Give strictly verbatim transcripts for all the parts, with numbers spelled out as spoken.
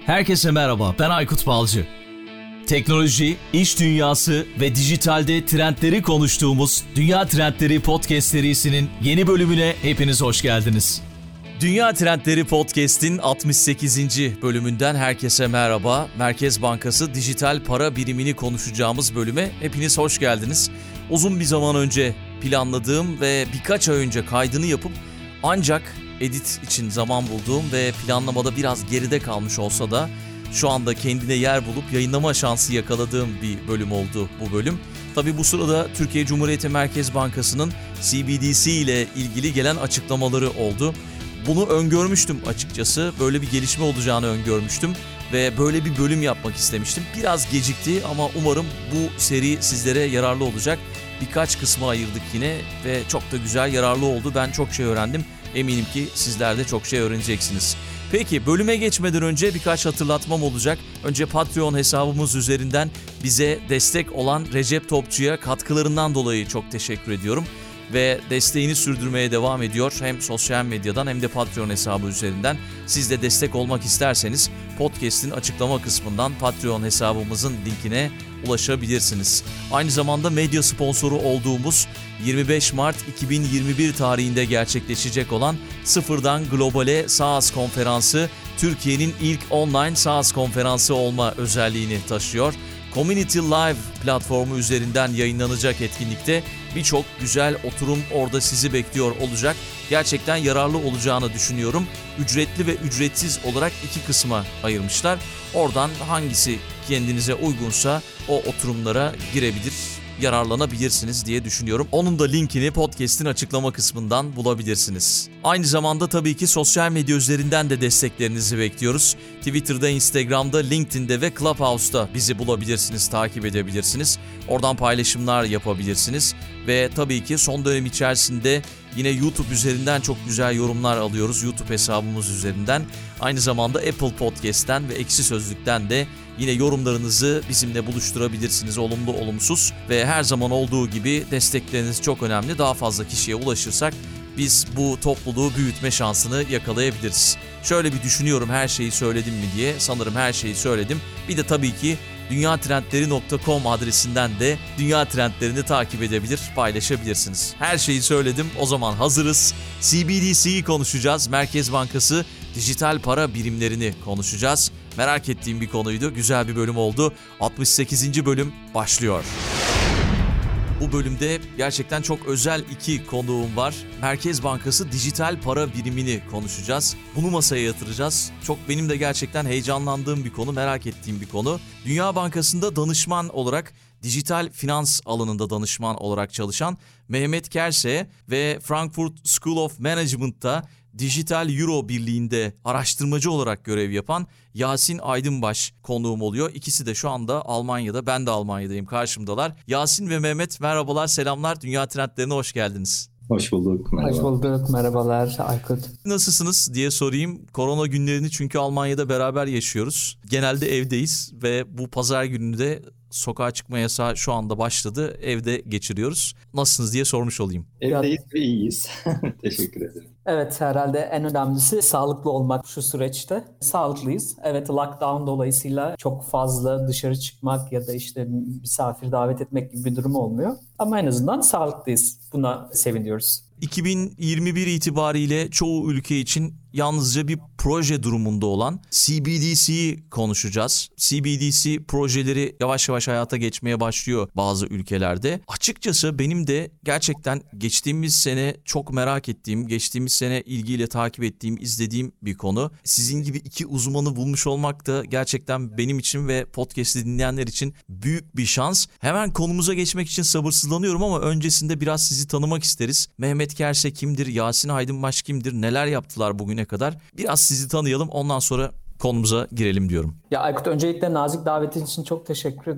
Herkese merhaba, ben Aykut Balcı. Teknoloji, iş dünyası ve dijitalde trendleri konuştuğumuz Dünya Trendleri Podcast serisinin yeni bölümüne hepiniz hoş geldiniz. Dünya Trendleri Podcast'in altmış sekizinci bölümünden herkese merhaba. Merkez Bankası dijital para birimini konuşacağımız bölüme hepiniz hoş geldiniz. Uzun bir zaman önce planladığım ve birkaç ay önce kaydını yapıp ancak edit için zaman bulduğum ve planlamada biraz geride kalmış olsa da şu anda kendine yer bulup yayınlama şansı yakaladığım bir bölüm oldu bu bölüm. Tabii bu sırada Türkiye Cumhuriyeti Merkez Bankası'nın C B D C ile ilgili gelen açıklamaları oldu. Bunu öngörmüştüm açıkçası. Böyle bir gelişme olacağını öngörmüştüm ve böyle bir bölüm yapmak istemiştim. Biraz gecikti ama umarım bu seri sizlere yararlı olacak. Birkaç kısma ayırdık yine ve çok da güzel, yararlı oldu. Ben çok şey öğrendim. Eminim ki sizler de çok şey öğreneceksiniz. Peki bölüme geçmeden önce birkaç hatırlatmam olacak. Önce Patreon hesabımız üzerinden bize destek olan Recep Topçu'ya katkılarından dolayı çok teşekkür ediyorum. Ve desteğini sürdürmeye devam ediyor. Hem sosyal medyadan hem de Patreon hesabı üzerinden. Siz de destek olmak isterseniz podcast'in açıklama kısmından Patreon hesabımızın linkine ulaşabilirsiniz. Aynı zamanda medya sponsoru olduğumuz yirmi beş Mart iki bin yirmi bir tarihinde gerçekleşecek olan Sıfırdan Globale SaaS Konferansı, Türkiye'nin ilk online SaaS konferansı olma özelliğini taşıyor. Community Live platformu üzerinden yayınlanacak etkinlikte birçok güzel oturum orada sizi bekliyor olacak. Gerçekten yararlı olacağını düşünüyorum. Ücretli ve ücretsiz olarak iki kısma ayırmışlar. Oradan hangisi kendinize uygunsa o oturumlara girebilir, yararlanabilirsiniz diye düşünüyorum. Onun da linkini podcast'in açıklama kısmından bulabilirsiniz. Aynı zamanda tabii ki sosyal medya üzerinden de desteklerinizi bekliyoruz. Twitter'da, Instagram'da, LinkedIn'de ve Clubhouse'da bizi bulabilirsiniz, takip edebilirsiniz. Oradan paylaşımlar yapabilirsiniz. Ve tabii ki son dönem içerisinde yine YouTube üzerinden çok güzel yorumlar alıyoruz. YouTube hesabımız üzerinden. Aynı zamanda Apple Podcast'ten ve Ekşi Sözlük'ten de yine yorumlarınızı bizimle buluşturabilirsiniz, olumlu olumsuz. Ve her zaman olduğu gibi destekleriniz çok önemli. Daha fazla kişiye ulaşırsak biz bu topluluğu büyütme şansını yakalayabiliriz. Şöyle bir düşünüyorum, her şeyi söyledim mi diye. Sanırım her şeyi söyledim. Bir de tabii ki dünya trendleri nokta com adresinden de dünya trendlerini takip edebilir, paylaşabilirsiniz. Her şeyi söyledim. O zaman hazırız. C B D C'yi konuşacağız. Merkez Bankası dijital para birimlerini konuşacağız. Merak ettiğim bir konuydu. Güzel bir bölüm oldu. altmış sekizinci bölüm başlıyor. Bu bölümde gerçekten çok özel iki konuğum var. Merkez Bankası dijital para birimini konuşacağız. Bunu masaya yatıracağız. Çok benim de gerçekten heyecanlandığım bir konu, merak ettiğim bir konu. Dünya Bankası'nda danışman olarak, dijital finans alanında danışman olarak çalışan Mehmet Kerse ve Frankfurt School of Management'ta Dijital Euro Birliği'nde araştırmacı olarak görev yapan Yasin Aydınbaş konuğum oluyor. İkisi de şu anda Almanya'da, ben de Almanya'dayım, karşımdalar. Yasin ve Mehmet merhabalar, selamlar. Dünya Trendlerine hoş geldiniz. Hoş bulduk. Merhaba. Hoş bulduk. Merhabalar Aykut. Nasılsınız diye sorayım. Korona günlerini çünkü Almanya'da beraber yaşıyoruz. Genelde evdeyiz ve bu pazar günü de sokağa çıkma yasağı şu anda başladı. Evde geçiriyoruz. Nasılsınız diye sormuş olayım. Evdeyiz ve iyiyiz. Teşekkür ederim. Evet, herhalde en önemlisi sağlıklı olmak şu süreçte. Sağlıklıyız. Evet, lockdown dolayısıyla çok fazla dışarı çıkmak ya da işte misafir davet etmek gibi bir durum olmuyor. Ama en azından sağlıklıyız. Buna seviniyoruz. iki bin yirmi bir itibariyle çoğu ülke için yalnızca bir proje durumunda olan C B D C'yi konuşacağız. C B D C projeleri yavaş yavaş hayata geçmeye başlıyor bazı ülkelerde. Açıkçası benim de gerçekten geçtiğimiz sene çok merak ettiğim, geçtiğimiz sene ilgiyle takip ettiğim, izlediğim bir konu. Sizin gibi iki uzmanı bulmuş olmak da gerçekten benim için ve podcast'i dinleyenler için büyük bir şans. Hemen konumuza geçmek için sabırsızlanıyorum ama öncesinde biraz sizi tanımak isteriz. Mehmet Kerse kimdir? Yasin Aydınbaş kimdir? Neler yaptılar bugüne kadar? Biraz sizi tanıyalım, ondan sonra konumuza girelim diyorum. Ya Aykut, öncelikle nazik davetin için çok teşekkür ediyorum.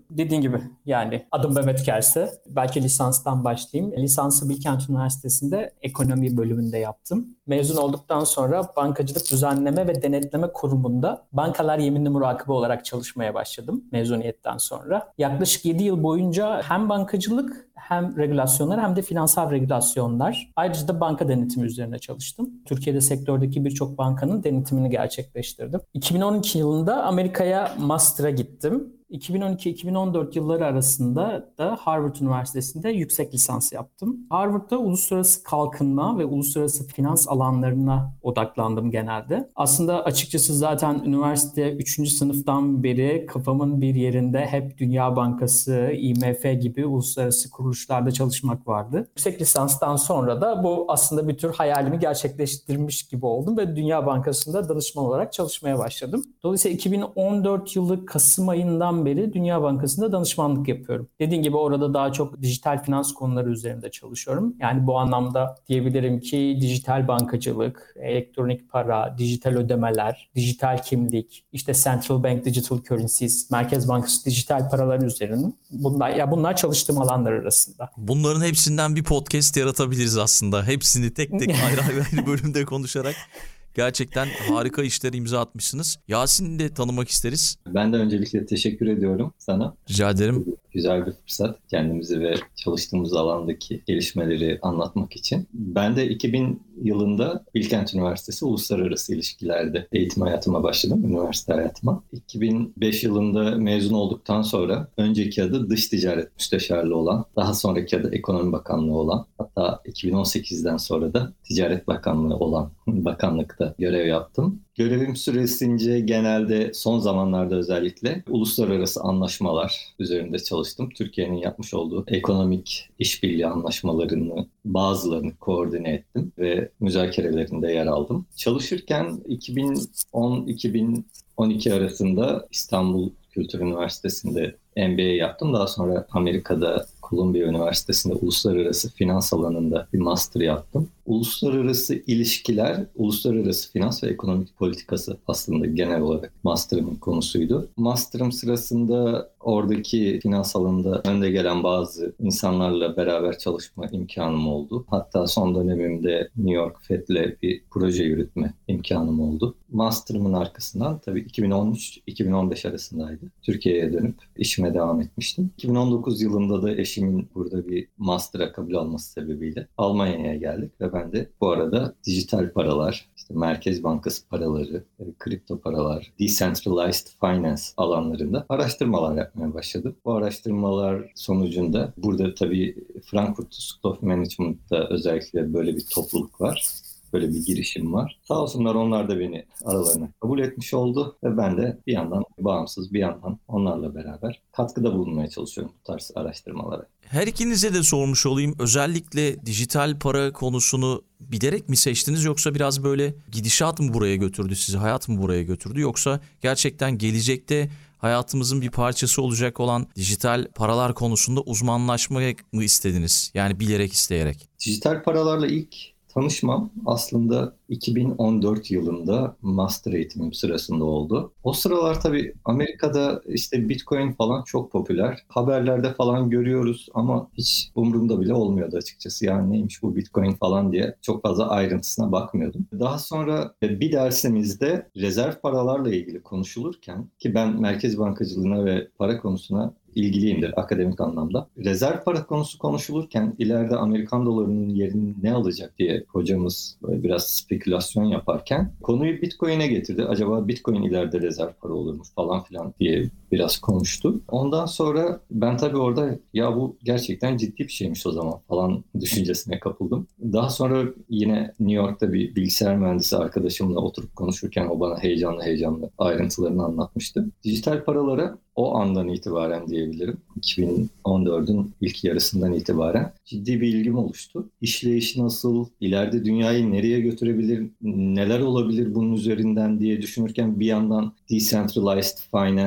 Dediğin gibi yani adım Mehmet Kerse. Belki lisanstan başlayayım. Lisansı Bilkent Üniversitesi'nde ekonomi bölümünde yaptım. Mezun olduktan sonra Bankacılık Düzenleme ve Denetleme Kurumu'nda bankalar yeminli murakabı olarak çalışmaya başladım mezuniyetten sonra. Yaklaşık yedi yıl boyunca hem bankacılık hem regülasyonlar hem de finansal regülasyonlar. Ayrıca da banka denetimi üzerine çalıştım. Türkiye'de sektördeki birçok bankanın denetimini gerçekleştirdim. iki bin on iki yılında Amerika'ya master'a gittim. iki bin on iki iki bin on dört yılları arasında da Harvard Üniversitesi'nde yüksek lisans yaptım. Harvard'da uluslararası kalkınma ve uluslararası finans alanlarına odaklandım genelde. Aslında açıkçası zaten üniversite üçüncü sınıftan beri kafamın bir yerinde hep Dünya Bankası, I M F gibi uluslararası kuruluşlarda çalışmak vardı. Yüksek lisanstan sonra da bu aslında bir tür hayalimi gerçekleştirmiş gibi oldum ve Dünya Bankası'nda danışman olarak çalışmaya başladım. Dolayısıyla iki bin on dört yılı Kasım ayından beri Dünya Bankası'nda danışmanlık yapıyorum. Dediğim gibi orada daha çok dijital finans konuları üzerinde çalışıyorum. Yani bu anlamda diyebilirim ki dijital bankacılık, elektronik para, dijital ödemeler, dijital kimlik, işte Central Bank Digital Currencies, Merkez Bankası dijital paralar üzerine. Bunlar ya bunlar çalıştığım alanlar arasında. Bunların hepsinden bir podcast yaratabiliriz aslında. Hepsini tek tek ayrı ayrı bölümde konuşarak. Gerçekten harika işler imza atmışsınız. Yasin'i de tanımak isteriz. Ben de öncelikle teşekkür ediyorum sana. Rica ederim. Güzel bir fırsat kendimizi ve çalıştığımız alandaki gelişmeleri anlatmak için. Ben de iki bin yılında Bilkent Üniversitesi Uluslararası İlişkiler'de eğitim hayatıma başladım, üniversite hayatıma. iki bin beş yılında mezun olduktan sonra önceki adı Dış Ticaret Müsteşarlığı olan, daha sonraki adı Ekonomi Bakanlığı olan, hatta iki bin on sekizden sonra da Ticaret Bakanlığı olan bakanlıkta görev yaptım. Görevim süresince genelde son zamanlarda özellikle uluslararası anlaşmalar üzerinde çalıştım. Türkiye'nin yapmış olduğu ekonomik işbirliği anlaşmalarını bazılarını koordine ettim ve müzakerelerinde yer aldım. Çalışırken iki bin on iki bin on iki arasında İstanbul Kültür Üniversitesi'nde M B A yaptım. Daha sonra Amerika'da Columbia Üniversitesi'nde uluslararası finans alanında bir master yaptım. Uluslararası ilişkiler, uluslararası finans ve ekonomik politikası aslında genel olarak master'ımın konusuydu. Master'ım sırasında oradaki finans alanında önde gelen bazı insanlarla beraber çalışma imkanım oldu. Hatta son dönemimde New York Fed'le bir proje yürütme imkanım oldu. Master'ımın arkasından tabii iki bin on üç iki bin on beş arasındaydı. Türkiye'ye dönüp işime devam etmiştim. iki bin on dokuz yılında da eşimin burada bir master'a kabul alması sebebiyle Almanya'ya geldik ve ben de bu arada dijital paralar, işte Merkez Bankası paraları, kripto paralar, decentralized finance alanlarında araştırmalar yapmaya başladım. Bu araştırmalar sonucunda burada tabii Frankfurt School of Management'ta özellikle böyle bir topluluk var. Böyle bir girişim var. Sağ olsunlar onlar da beni aralarına kabul etmiş oldu ve ben de bir yandan bağımsız bir yandan onlarla beraber katkıda bulunmaya çalışıyorum bu tarz araştırmalara. Her ikinize de sormuş olayım. Özellikle dijital para konusunu bilerek mi seçtiniz yoksa biraz böyle gidişat mı buraya götürdü sizi, hayat mı buraya götürdü yoksa gerçekten gelecekte hayatımızın bir parçası olacak olan dijital paralar konusunda uzmanlaşmayı mı istediniz? Yani bilerek, isteyerek. Dijital paralarla ilk tanışmam aslında iki bin on dört yılında master eğitimim sırasında oldu. O sıralar tabii Amerika'da işte Bitcoin falan çok popüler. Haberlerde falan görüyoruz ama hiç umurumda bile olmuyordu açıkçası. Yani neymiş bu Bitcoin falan diye çok fazla ayrıntısına bakmıyordum. Daha sonra bir dersimizde rezerv paralarla ilgili konuşulurken ki ben merkez bankacılığına ve para konusuna ilgiliyimdir akademik anlamda. Rezerv para konusu konuşulurken ileride Amerikan dolarının yerini ne alacak diye hocamız böyle biraz spekülasyon yaparken konuyu Bitcoin'e getirdi. Acaba Bitcoin ileride rezerv para olur mu falan filan diye biraz konuştu. Ondan sonra ben tabii orada ya bu gerçekten ciddi bir şeymiş o zaman falan düşüncesine kapıldım. Daha sonra yine New York'ta bir bilgisayar mühendisi arkadaşımla oturup konuşurken o bana heyecanlı heyecanlı ayrıntılarını anlatmıştı. Dijital paralara o andan itibaren diyebilirim. iki bin on dördün ilk yarısından itibaren ciddi bir ilgim oluştu. İşleyişi nasıl, ileride dünyayı nereye götürebilir, neler olabilir bunun üzerinden diye düşünürken bir yandan decentralized finance ile de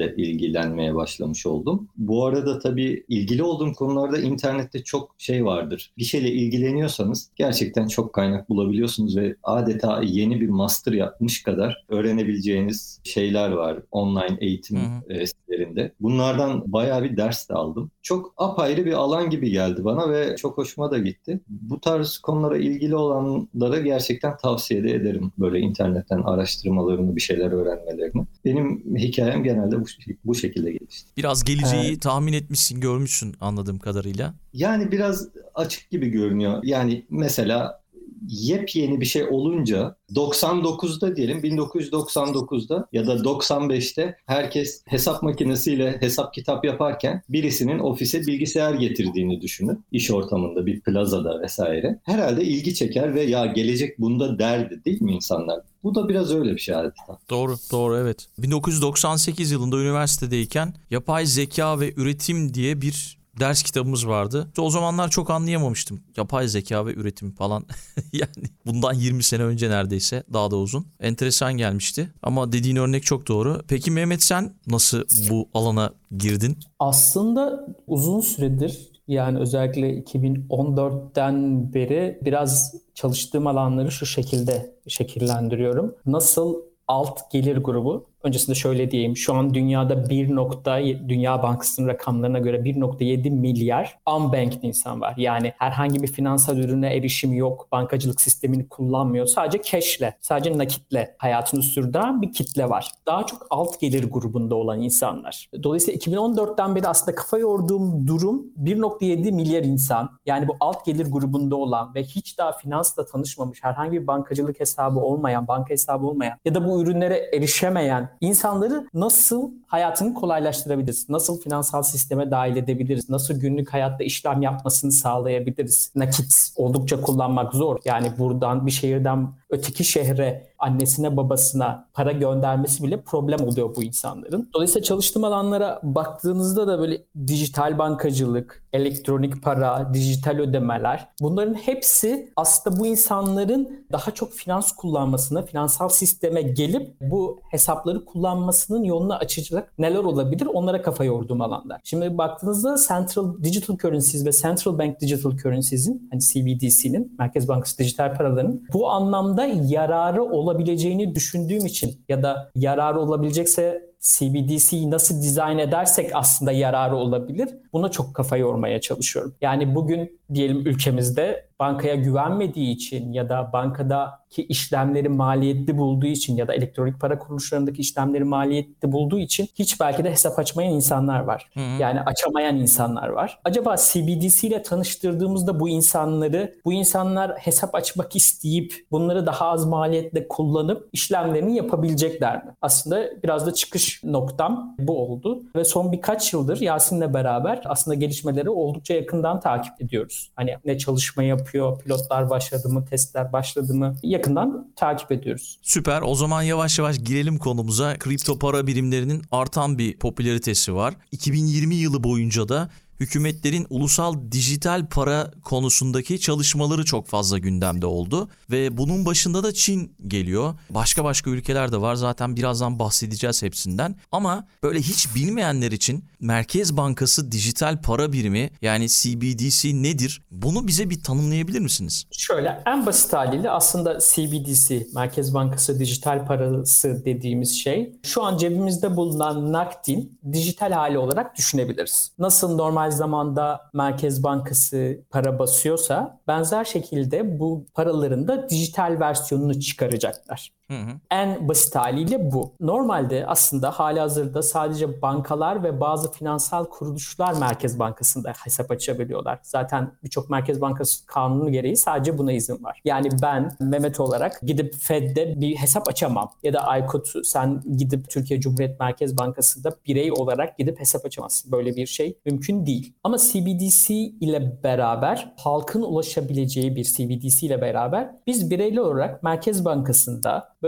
de ilgilenmeye başlamış oldum. Bu arada tabii ilgili olduğum konularda internette çok şey vardır. Bir şeyle ilgileniyorsanız gerçekten çok kaynak bulabiliyorsunuz ve adeta yeni bir master yapmış kadar öğrenebileceğiniz şeyler var online eğitim e, sitelerinde. Bunlardan bayağı bir ders de aldım. Çok apayrı bir alan gibi geldi bana ve çok hoşuma da gitti. Bu tarz konulara ilgili olanlara gerçekten tavsiye de ederim. Böyle internetten araştırmalarını, bir şeyler öğrenmelerini. Benim hikayem genelde bu, bu şekilde gelişti. Biraz geleceği evet. tahmin etmişsin, görmüşsün anladığım kadarıyla. Yani biraz açık gibi görünüyor. Yani mesela yepyeni bir şey olunca doksan dokuzda diyelim bin dokuz yüz doksan dokuzda ya da doksan beşte herkes hesap makinesiyle hesap kitap yaparken birisinin ofise bilgisayar getirdiğini düşünün. İş ortamında, bir plazada vesaire. Herhalde ilgi çeker ve ya gelecek bunda derdi değil mi insanlar? Bu da biraz öyle bir şey adeta. Doğru, doğru evet. bin dokuz yüz doksan sekiz yılında üniversitedeyken yapay zeka ve üretim diye bir ders kitabımız vardı. O zamanlar çok anlayamamıştım. Yapay zeka ve üretim falan. Yani bundan yirmi sene önce neredeyse, daha da uzun. Enteresan gelmişti. Ama dediğin örnek çok doğru. Peki Mehmet, sen nasıl bu alana girdin? Aslında uzun süredir, yani özellikle iki bin on dörtten beri biraz çalıştığım alanları şu şekilde şekillendiriyorum. Nasıl alt gelir grubu? Öncesinde şöyle diyeyim. Şu an dünyada bir nokta Dünya Bankası'nın rakamlarına göre bir nokta yedi milyar unbanked insan var. Yani herhangi bir finansal ürüne erişimi yok. Bankacılık sistemini kullanmıyor. Sadece cash'le, sadece nakitle hayatını sürdüren bir kitle var. Daha çok alt gelir grubunda olan insanlar. Dolayısıyla iki bin on dörtten beri aslında kafa yorduğum durum bir nokta yedi milyar insan. Yani bu alt gelir grubunda olan ve hiç daha finansla tanışmamış, herhangi bir bankacılık hesabı olmayan, banka hesabı olmayan ya da bu ürünlere erişemeyen İnsanları nasıl hayatını kolaylaştırabiliriz? Nasıl finansal sisteme dahil edebiliriz? Nasıl günlük hayatta işlem yapmasını sağlayabiliriz? Nakit oldukça kullanmak zor. Yani buradan bir şehirden öteki şehre annesine babasına para göndermesi bile problem oluyor bu insanların. Dolayısıyla çalıştığım alanlara baktığınızda da böyle dijital bankacılık, elektronik para, dijital ödemeler, bunların hepsi aslında bu insanların daha çok finans kullanmasına, finansal sisteme gelip bu hesapları kullanmasının yolunu açacak neler olabilir, onlara kafa yorduğum alanlar. Şimdi baktığınızda Central Digital Currencies ve Central Bank Digital Currenties'in, hani C B D C'nin, Merkez Bankası dijital paralarının bu anlamda yararı olabileceğini düşündüğüm için ya da yararı olabilecekse C B D C'yi nasıl dizayn edersek aslında yararı olabilir. Buna çok kafa yormaya çalışıyorum. Yani bugün diyelim ülkemizde bankaya güvenmediği için ya da bankadaki işlemleri maliyetli bulduğu için ya da elektronik para kuruluşlarındaki işlemleri maliyetli bulduğu için hiç belki de hesap açmayan insanlar var. Hı hı. Yani açamayan insanlar var. Acaba C B D C ile tanıştırdığımızda bu insanları, bu insanlar hesap açmak isteyip bunları daha az maliyetle kullanıp işlemlerini yapabilecekler mi? Aslında biraz da çıkış noktam bu oldu. Ve son birkaç yıldır Yasin'le beraber aslında gelişmeleri oldukça yakından takip ediyoruz. Hani ne çalışma yapıyor, pilotlar başladı mı, testler başladı mı yakından takip ediyoruz. Süper. O zaman yavaş yavaş girelim konumuza. Kripto para birimlerinin artan bir popülaritesi var. iki bin yirmi yılı boyunca da hükümetlerin ulusal dijital para konusundaki çalışmaları çok fazla gündemde oldu ve bunun başında da Çin geliyor. Başka başka ülkeler de var. Zaten birazdan bahsedeceğiz hepsinden. Ama böyle hiç bilmeyenler için Merkez Bankası dijital para birimi, yani C B D C nedir? Bunu bize bir tanımlayabilir misiniz? Şöyle, en basit haliyle aslında C B D C, Merkez Bankası dijital parası dediğimiz şey, şu an cebimizde bulunan nakdin dijital hali olarak düşünebiliriz. Nasıl normal zamanda Merkez Bankası para basıyorsa benzer şekilde bu paraların da dijital versiyonunu çıkaracaklar. Hı hı. En basit haliyle bu. Normalde aslında halihazırda sadece bankalar ve bazı finansal kuruluşlar Merkez Bankası'nda hesap açabiliyorlar. Zaten birçok Merkez Bankası kanunu gereği sadece buna izin var. Yani ben Mehmet olarak gidip Fed'de bir hesap açamam. Ya da Aykut, sen gidip Türkiye Cumhuriyet Merkez Bankası'nda birey olarak gidip hesap açamazsın. Böyle bir şey mümkün değil. Ama C B D C ile beraber, halkın ulaşabileceği bir C B D C ile beraber biz bireyli olarak Merkez Bankası'nda böyle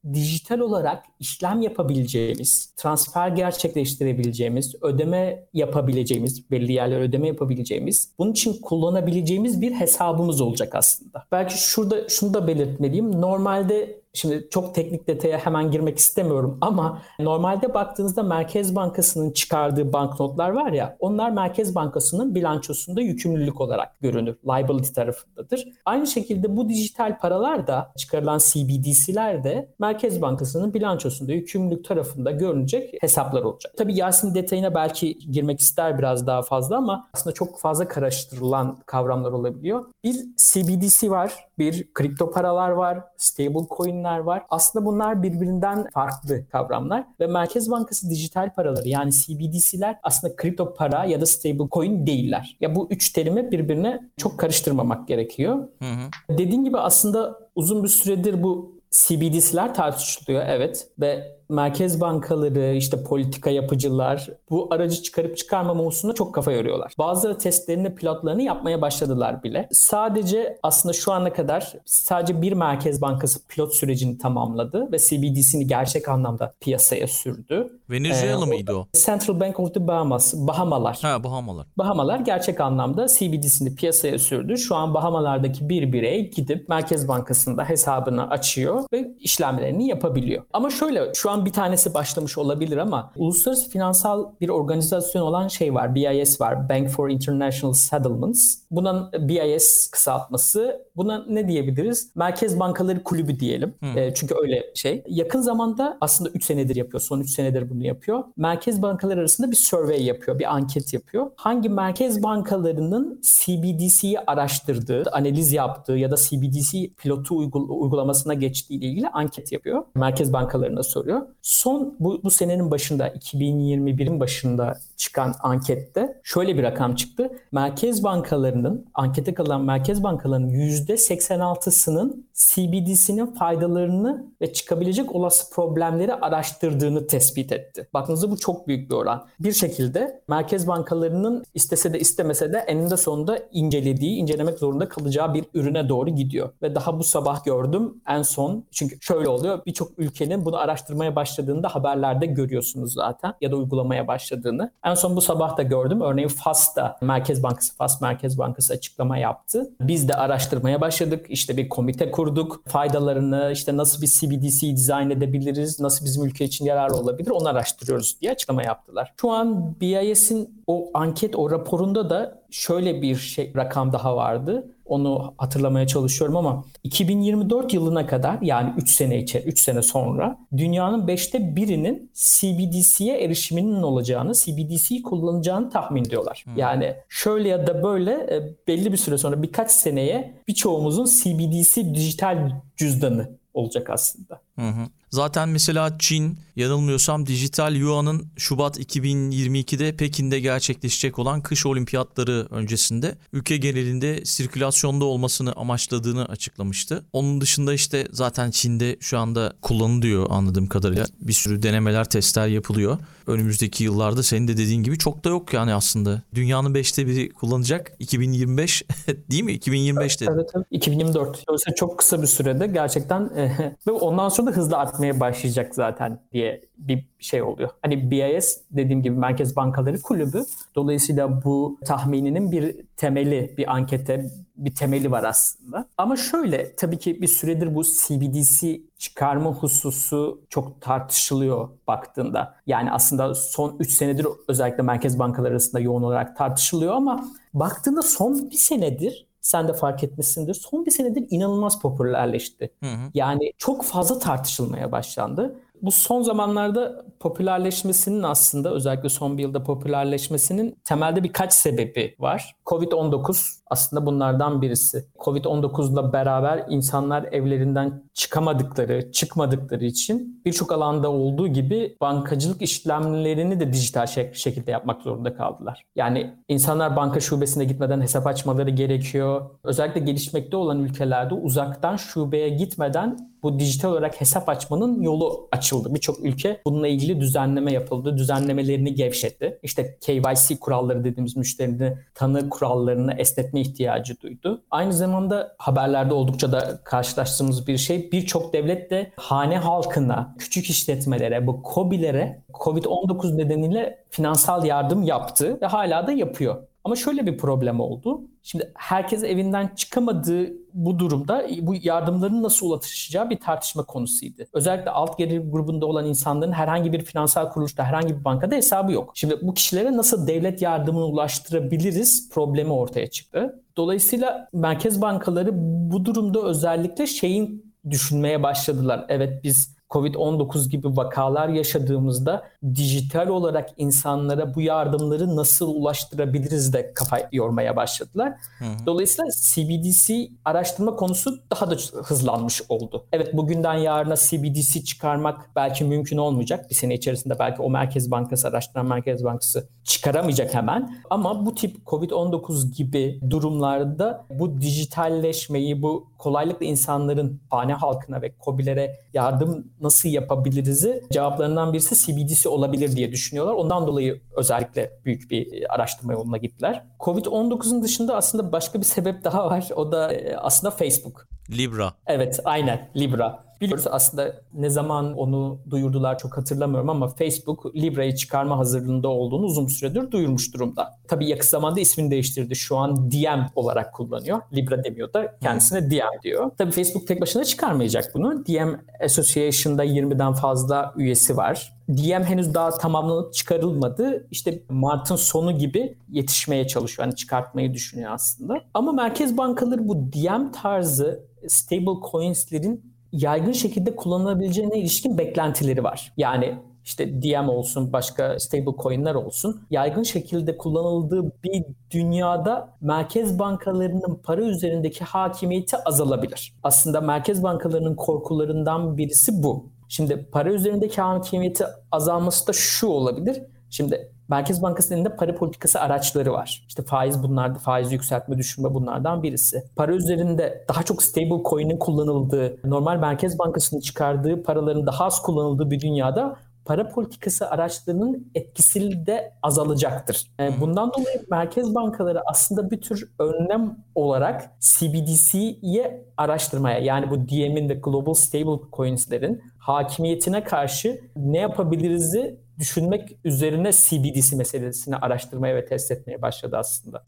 dijital olarak işlem yapabileceğimiz, transfer gerçekleştirebileceğimiz, ödeme yapabileceğimiz, belli yerlere ödeme yapabileceğimiz, bunun için kullanabileceğimiz bir hesabımız olacak aslında. Belki şurada şunu da belirtmeliyim. Normalde, şimdi çok teknik detaya hemen girmek istemiyorum ama normalde baktığınızda Merkez Bankası'nın çıkardığı banknotlar var ya, onlar Merkez Bankası'nın bilançosunda yükümlülük olarak görünür. Liability tarafındadır. Aynı şekilde bu dijital paralar da, çıkarılan C B D C'ler de Merkez Bankası'nın bilançosunda yükümlülük tarafında görünecek hesaplar olacak. Tabii Yasin detayına belki girmek ister biraz daha fazla ama aslında çok fazla karıştırılan kavramlar olabiliyor. Bir C B D C var, bir kripto paralar var, stable coin'ler var. Aslında bunlar birbirinden farklı kavramlar ve Merkez Bankası dijital paraları, yani C B D C'ler aslında kripto para ya da stable coin değiller. Ya bu üç terimi birbirine çok karıştırmamak gerekiyor. Hı hı. Dediğim gibi aslında uzun bir süredir bu C B D C'ler tartışılıyor, evet, ve merkez bankaları, işte politika yapıcılar bu aracı çıkarıp çıkarmama hususunda çok kafa yoruyorlar. Bazıları testlerini, pilotlarını yapmaya başladılar bile. Sadece aslında şu ana kadar sadece bir merkez bankası pilot sürecini tamamladı ve C B D C'ni gerçek anlamda piyasaya sürdü. Venezuela ee, mıydı o? Central Bank of the Bahamas, Bahamalar. Ha, Bahamalar. Bahamalar gerçek anlamda C B D C'ni piyasaya sürdü. Şu an Bahamalardaki bir birey gidip Merkez Bankası'nda hesabını açıyor ve işlemlerini yapabiliyor. Ama şöyle, şu an bir tanesi başlamış olabilir ama uluslararası finansal bir organizasyon olan şey var, B I S var, Bank for International Settlements. Buna B I S kısaltması. Buna ne diyebiliriz? Merkez Bankaları Kulübü diyelim. Hmm. E, çünkü öyle şey. Yakın zamanda aslında üç senedir yapıyor. Son üç senedir bunu yapıyor. Merkez bankaları arasında bir survey yapıyor, bir anket yapıyor. Hangi merkez bankalarının C B D C'yi araştırdığı, analiz yaptığı ya da C B D C pilotu uygul- uygulamasına geçtiği ile ilgili anket yapıyor. Merkez bankalarına soruyor. Son bu, bu senenin başında, iki bin yirmi birin başında çıkan ankette şöyle bir rakam çıktı. Merkez bankalarının, ankete kalan merkez bankalarının yüzde seksen altısının C B D C'nin faydalarını ve çıkabilecek olası problemleri araştırdığını tespit etti. Bakınızda bu çok büyük bir oran. Bir şekilde merkez bankalarının istese de istemese de eninde sonunda incelediği, incelemek zorunda kalacağı bir ürüne doğru gidiyor. Ve daha bu sabah gördüm en son, çünkü şöyle oluyor, birçok ülkenin bunu araştırmaya başladığında haberlerde görüyorsunuz zaten ya da uygulamaya başladığını. En son bu sabah da gördüm. Örneğin Fas'ta Merkez Bankası, Fas Merkez Bankası açıklama yaptı. Biz de araştırmaya başladık. İşte bir komite kurduk. Faydalarını, işte nasıl bir C B D C dizayn edebiliriz, nasıl bizim ülke için yararlı olabilir onu araştırıyoruz diye açıklama yaptılar. Şu an B I S'in o anket, o raporunda da şöyle bir şey, rakam daha vardı. Onu hatırlamaya çalışıyorum ama iki bin yirmi dört yılına kadar, yani üç sene içeri, üç sene sonra dünyanın beşte birinin C B D C'ye erişiminin olacağını, C B D C'yi kullanacağını tahmin ediyorlar. Hmm. Yani şöyle ya da böyle belli bir süre sonra, birkaç seneye birçoğumuzun C B D C dijital cüzdanı olacak aslında. Hı hı. Zaten mesela Çin, yanılmıyorsam dijital yuanın Şubat iki bin yirmi ikide Pekin'de gerçekleşecek olan kış olimpiyatları öncesinde ülke genelinde sirkülasyonda olmasını amaçladığını açıklamıştı. Onun dışında işte zaten Çin'de şu anda kullanılıyor anladığım kadarıyla. Bir sürü denemeler, testler yapılıyor. Önümüzdeki yıllarda senin de dediğin gibi çok da yok yani aslında. Dünyanın beşte biri kullanacak iki bin yirmi beş değil mi? iki bin yirmi beşte. Evet, evet. iki bin yirmi dört. Dolayısıyla çok kısa bir sürede gerçekten ve ondan sonra da hızlı artmaya başlayacak zaten diye bir şey oluyor. Hani B I S, dediğim gibi Merkez Bankaları Kulübü. Dolayısıyla bu tahmininin bir temeli, bir ankete bir temeli var aslında. Ama şöyle, tabii ki bir süredir bu C B D C çıkarma hususu çok tartışılıyor baktığında. Yani aslında son üç senedir özellikle merkez bankaları arasında yoğun olarak tartışılıyor ama baktığında son bir senedir, sen de fark etmişsindir, son bir senedir inanılmaz popülerleşti. Hı hı. Yani çok fazla tartışılmaya başlandı. Bu son zamanlarda popülerleşmesinin, aslında özellikle son bir yılda popülerleşmesinin temelde birkaç sebebi var. covid on dokuz aslında bunlardan birisi. covid on dokuzla beraber insanlar evlerinden çıkamadıkları, çıkmadıkları için birçok alanda olduğu gibi bankacılık işlemlerini de dijital şekilde yapmak zorunda kaldılar. Yani insanlar banka şubesine gitmeden hesap açmaları gerekiyor. Özellikle gelişmekte olan ülkelerde uzaktan şubeye gitmeden bu dijital olarak hesap açmanın yolu açıldı. Birçok ülke bununla ilgili düzenleme yapıldı. Düzenlemelerini gevşetti. İşte K Y C kuralları dediğimiz müşterinin tanı kurallarını esnetme ihtiyacı duydu. Aynı zamanda haberlerde oldukça da karşılaştığımız bir şey, birçok devlet de hane halkına, küçük işletmelere, bu KOBİ'lere covid on dokuz nedeniyle finansal yardım yaptı ve hala da yapıyor. Ama şöyle bir problem oldu. Şimdi herkes evinden çıkamadığı bu durumda bu yardımların nasıl ulaşacağı bir tartışma konusuydu. Özellikle alt gelir grubunda olan insanların herhangi bir finansal kuruluşta, herhangi bir bankada hesabı yok. Şimdi bu kişilere nasıl devlet yardımını ulaştırabiliriz problemi ortaya çıktı. Dolayısıyla merkez bankaları bu durumda özellikle şeyin düşünmeye başladılar. Evet, biz covid on dokuz gibi vakalar yaşadığımızda dijital olarak insanlara bu yardımları nasıl ulaştırabiliriz de kafa yormaya başladılar. Hı hı. Dolayısıyla C B D C araştırma konusu daha da hızlanmış oldu. Evet, bugünden yarına C B D C çıkarmak belki mümkün olmayacak. Bir sene içerisinde belki o Merkez Bankası, araştıran Merkez Bankası çıkaramayacak hemen. Ama bu tip covid on dokuz gibi durumlarda bu dijitalleşmeyi, bu kolaylıkla insanların hane halkına ve KOBİ'lere yardım nasıl yapabiliriz'i cevaplarından birisi C B D C olabilir diye düşünüyorlar. Ondan dolayı özellikle büyük bir araştırma yoluna gittiler. covid on dokuzun dışında aslında başka bir sebep daha var. O da aslında Facebook. Libra. Evet, aynen Libra. Biliyoruz aslında ne zaman onu duyurdular çok hatırlamıyorum ama Facebook Libra'yı çıkarma hazırlığında olduğunu uzun süredir duyurmuş durumda. Tabii yakın zamanda ismini değiştirdi. Şu an D M olarak kullanıyor. Libra demiyor da kendisine D M diyor. Tabii Facebook tek başına çıkarmayacak bunu. D M Association'da yirmiden fazla üyesi var. D M henüz daha tamamlanıp çıkarılmadı. İşte Mart'ın sonu gibi yetişmeye çalışıyor. Hani çıkartmayı düşünüyor aslında. Ama merkez bankaları bu D M tarzı stable coins'lerin yaygın şekilde kullanılabileceğine ilişkin beklentileri var. Yani işte D M olsun, başka stable coin'ler olsun, yaygın şekilde kullanıldığı bir dünyada merkez bankalarının para üzerindeki hakimiyeti azalabilir. Aslında merkez bankalarının korkularından birisi bu. Şimdi para üzerindeki hakimiyeti azalması da şu olabilir. Şimdi Merkez Bankası'nın elinde para politikası araçları var. İşte faiz bunlar, faiz yükseltme, düşürme bunlardan birisi. Para üzerinde daha çok stable coin'in kullanıldığı, normal Merkez Bankası'nın çıkardığı paraların daha az kullanıldığı bir dünyada para politikası araçlarının etkisi de azalacaktır. Bundan dolayı merkez bankaları aslında bir tür önlem olarak C B D C'ye araştırmaya, yani bu D M'in ve Global Stable Coins'lerin hakimiyetine karşı ne yapabiliriz'i düşünmek üzerine C B D C meselesini araştırmaya ve test etmeye başladı aslında.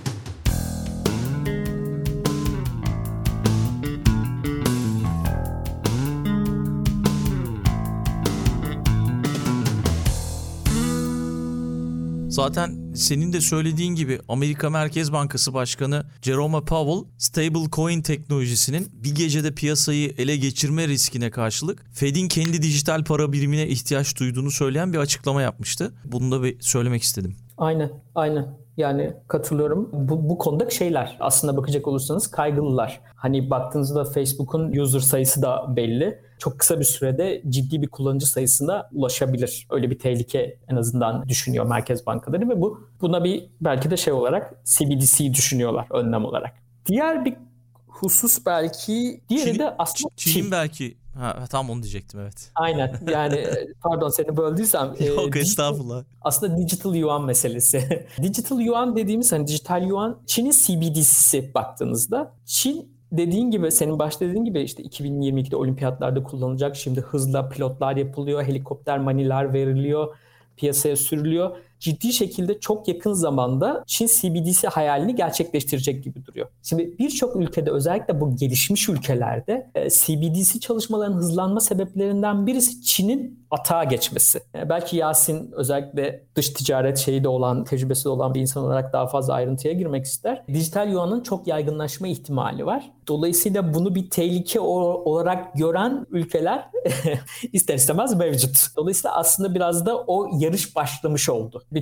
Zaten senin de söylediğin gibi Amerika Merkez Bankası Başkanı Jerome Powell, stablecoin teknolojisinin bir gecede piyasayı ele geçirme riskine karşılık Fed'in kendi dijital para birimine ihtiyaç duyduğunu söyleyen bir açıklama yapmıştı. Bunu da bir söylemek istedim. Aynen, aynen. Yani katılıyorum. Bu, bu konuda şeyler aslında bakacak olursanız kaygılılar. Hani baktığınızda Facebook'un user sayısı da belli. Çok kısa bir sürede ciddi bir kullanıcı sayısına ulaşabilir. Öyle bir tehlike en azından düşünüyor merkez bankaları ve bu buna bir belki de şey olarak C B D C'yi düşünüyorlar önlem olarak. Diğer bir husus belki diğeri Çin, de aslında Çin. Çin belki. Ha, tam onu diyecektim, evet. Aynen, yani pardon seni böldüysem. Yok e, estağfurullah. Aslında digital yuan meselesi. Digital yuan dediğimiz hani dijital yuan Çin'in C B D C'si baktığınızda. Çin dediğin gibi, senin başta dediğin gibi işte iki bin yirmi ikide olimpiyatlarda kullanılacak. Şimdi hızla pilotlar yapılıyor, helikopter maniler veriliyor, piyasaya sürülüyor. Ciddi şekilde çok yakın zamanda Çin C B D C hayalini gerçekleştirecek gibi duruyor. Şimdi birçok ülkede, özellikle bu gelişmiş ülkelerde C B D C çalışmalarının hızlanma sebeplerinden birisi Çin'in atağa geçmesi. Belki Yasin özellikle dış ticaret şeyi de olan, tecrübesi de olan bir insan olarak daha fazla ayrıntıya girmek ister. Dijital yuanın çok yaygınlaşma ihtimali var. Dolayısıyla bunu bir tehlike olarak gören ülkeler ister istemez mevcut. Dolayısıyla aslında biraz da o yarış başlamış oldu. Birçok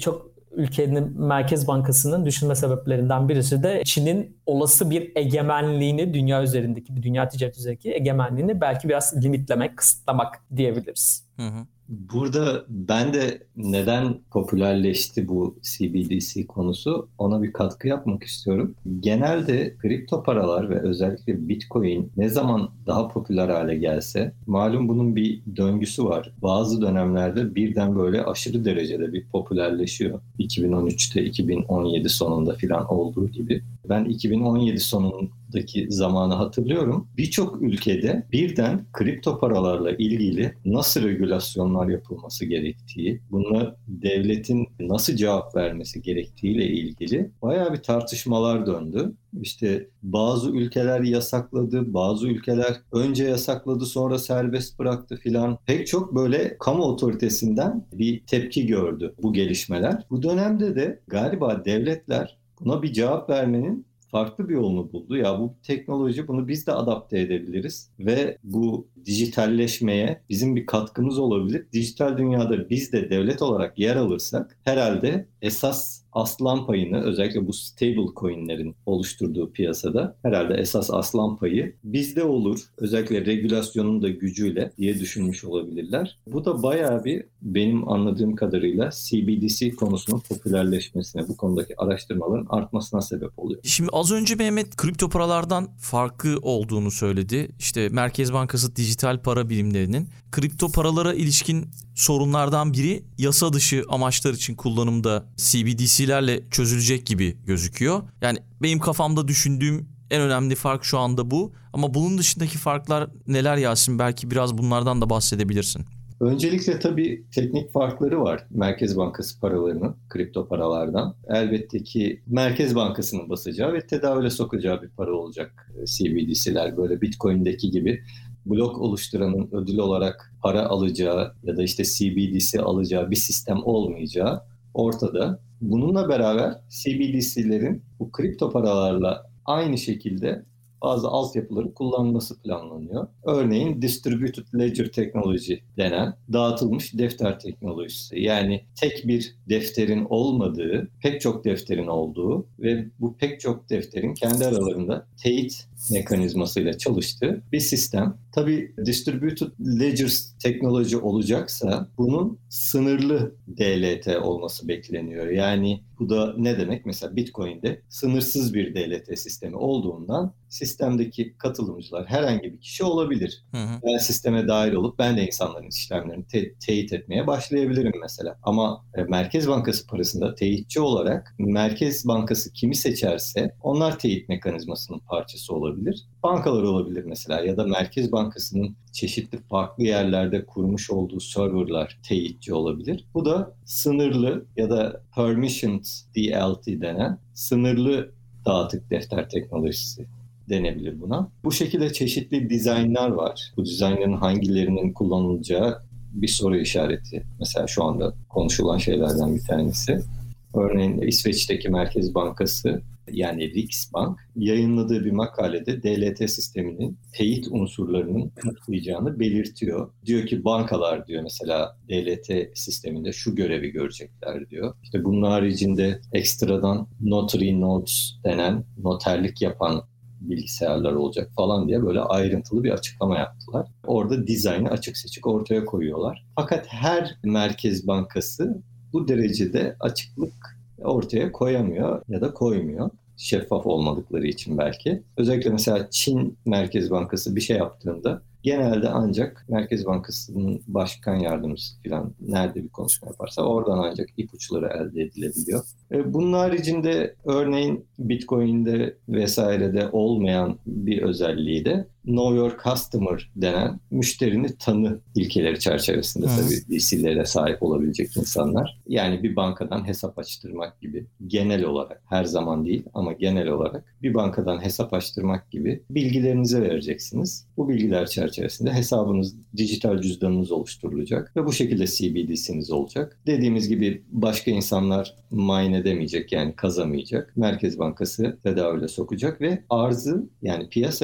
ülkenin Merkez Bankası'nın düşünme sebeplerinden birisi de Çin'in olası bir egemenliğini, dünya üzerindeki, dünya ticaret üzerindeki egemenliğini belki biraz limitlemek, kısıtlamak diyebiliriz. Hı hı. Burada ben de neden popülerleşti bu C B D C konusu, ona bir katkı yapmak istiyorum. Genelde kripto paralar ve özellikle Bitcoin ne zaman daha popüler hale gelse, malum bunun bir döngüsü var. Bazı dönemlerde birden böyle aşırı derecede bir popülerleşiyor. iki bin on üçte, iki bin on yedi sonunda falan olduğu gibi. Ben iki bin on yedi sonundaki zamanı hatırlıyorum. Birçok ülkede birden kripto paralarla ilgili nasıl regülasyonlar yapılması gerektiği, buna devletin nasıl cevap vermesi gerektiğiyle ilgili bayağı bir tartışmalar döndü. İşte bazı ülkeler yasakladı, bazı ülkeler önce yasakladı sonra serbest bıraktı filan. Pek çok böyle kamu otoritesinden bir tepki gördü bu gelişmeler. Bu dönemde de galiba devletler buna bir cevap vermenin farklı bir yolunu buldu. Ya bu teknoloji, bunu biz de adapte edebiliriz ve bu dijitalleşmeye bizim bir katkımız olabilir. Dijital dünyada biz de devlet olarak yer alırsak herhalde esas aslan payını, özellikle bu stable coinlerin oluşturduğu piyasada herhalde esas aslan payı bizde olur. Özellikle regülasyonun da gücüyle diye düşünmüş olabilirler. Bu da bayağı bir, benim anladığım kadarıyla C B D C konusunun popülerleşmesine, bu konudaki araştırmaların artmasına sebep oluyor. Şimdi az önce Mehmet kripto paralardan farkı olduğunu söyledi. İşte Merkez Bankası dijital para birimlerinin kripto paralara ilişkin sorunlardan biri yasa dışı amaçlar için kullanımda C B D C'lerle çözülecek gibi gözüküyor. Yani benim kafamda düşündüğüm en önemli fark şu anda bu. Ama bunun dışındaki farklar neler Yasin? Belki biraz bunlardan da bahsedebilirsin. Öncelikle tabii teknik farkları var Merkez Bankası paralarının kripto paralardan. Elbette ki Merkez Bankası'nın basacağı ve tedavüle sokacağı bir para olacak C B D C'ler. Böyle Bitcoin'deki gibi blok oluşturanın ödül olarak para alacağı ya da işte C B D C alacağı bir sistem olmayacağı ortada. Bununla beraber C B D C'lerin bu kripto paralarla aynı şekilde bazı altyapıları kullanılması planlanıyor. Örneğin Distributed Ledger Technology denen dağıtılmış defter teknolojisi. Yani tek bir defterin olmadığı, pek çok defterin olduğu ve bu pek çok defterin kendi aralarında teyit mekanizmasıyla çalıştığı bir sistem. Tabii Distributed Ledger Technology olacaksa bunun sınırlı D L T olması bekleniyor. Yani bu da ne demek? Mesela Bitcoin'de sınırsız bir D L T sistemi olduğundan sistemdeki katılımcılar herhangi bir kişi olabilir. Hı hı. Ben sisteme dahil olup ben de insanların işlemlerini te- teyit etmeye başlayabilirim mesela. Ama e, Merkez Bankası parasında teyitçi olarak Merkez Bankası kimi seçerse onlar teyit mekanizmasının parçası olabilir. Bankalar olabilir mesela ya da Merkez Bankası'nın çeşitli farklı yerlerde kurmuş olduğu serverlar teyitçi olabilir. Bu da sınırlı ya da permissioned D L T denen sınırlı dağıtık defter teknolojisi denebilir buna. Bu şekilde çeşitli dizaynlar var. Bu dizaynların hangilerinin kullanılacağı bir soru işareti. Mesela şu anda konuşulan şeylerden bir tanesi. Örneğin İsveç'teki Merkez Bankası yani Riksbank yayınladığı bir makalede D L T sisteminin teyit unsurlarının katlayacağını belirtiyor. Diyor ki bankalar diyor mesela D L T sisteminde şu görevi görecekler diyor. İşte bunun haricinde ekstradan notary nodes denen noterlik yapan bilgisayarlar olacak falan diye böyle ayrıntılı bir açıklama yaptılar. Orada dizaynı açık seçik ortaya koyuyorlar. Fakat her merkez bankası bu derecede açıklık ortaya koyamıyor ya da koymuyor. Şeffaf olmadıkları için belki. Özellikle mesela Çin Merkez Bankası bir şey yaptığında genelde ancak Merkez Bankası'nın başkan yardımcısı falan nerede bir konuşma yaparsa oradan ancak ipuçları elde edilebiliyor. Bunun haricinde örneğin Bitcoin'de vesairede olmayan bir özelliği de Know Your Customer denen müşterini tanı ilkeleri çerçevesinde Hı. tabii D C'lere sahip olabilecek insanlar. Yani bir bankadan hesap açtırmak gibi genel olarak, her zaman değil ama genel olarak bir bankadan hesap açtırmak gibi bilgilerinizi vereceksiniz. Bu bilgiler çerçevesinde hesabınız, dijital cüzdanınız oluşturulacak ve bu şekilde C B D C'niz olacak. Dediğimiz gibi başka insanlar mine edemeyecek, yani kazamayacak. Merkez Bankası tedavüle sokacak ve arzı, yani piyasaya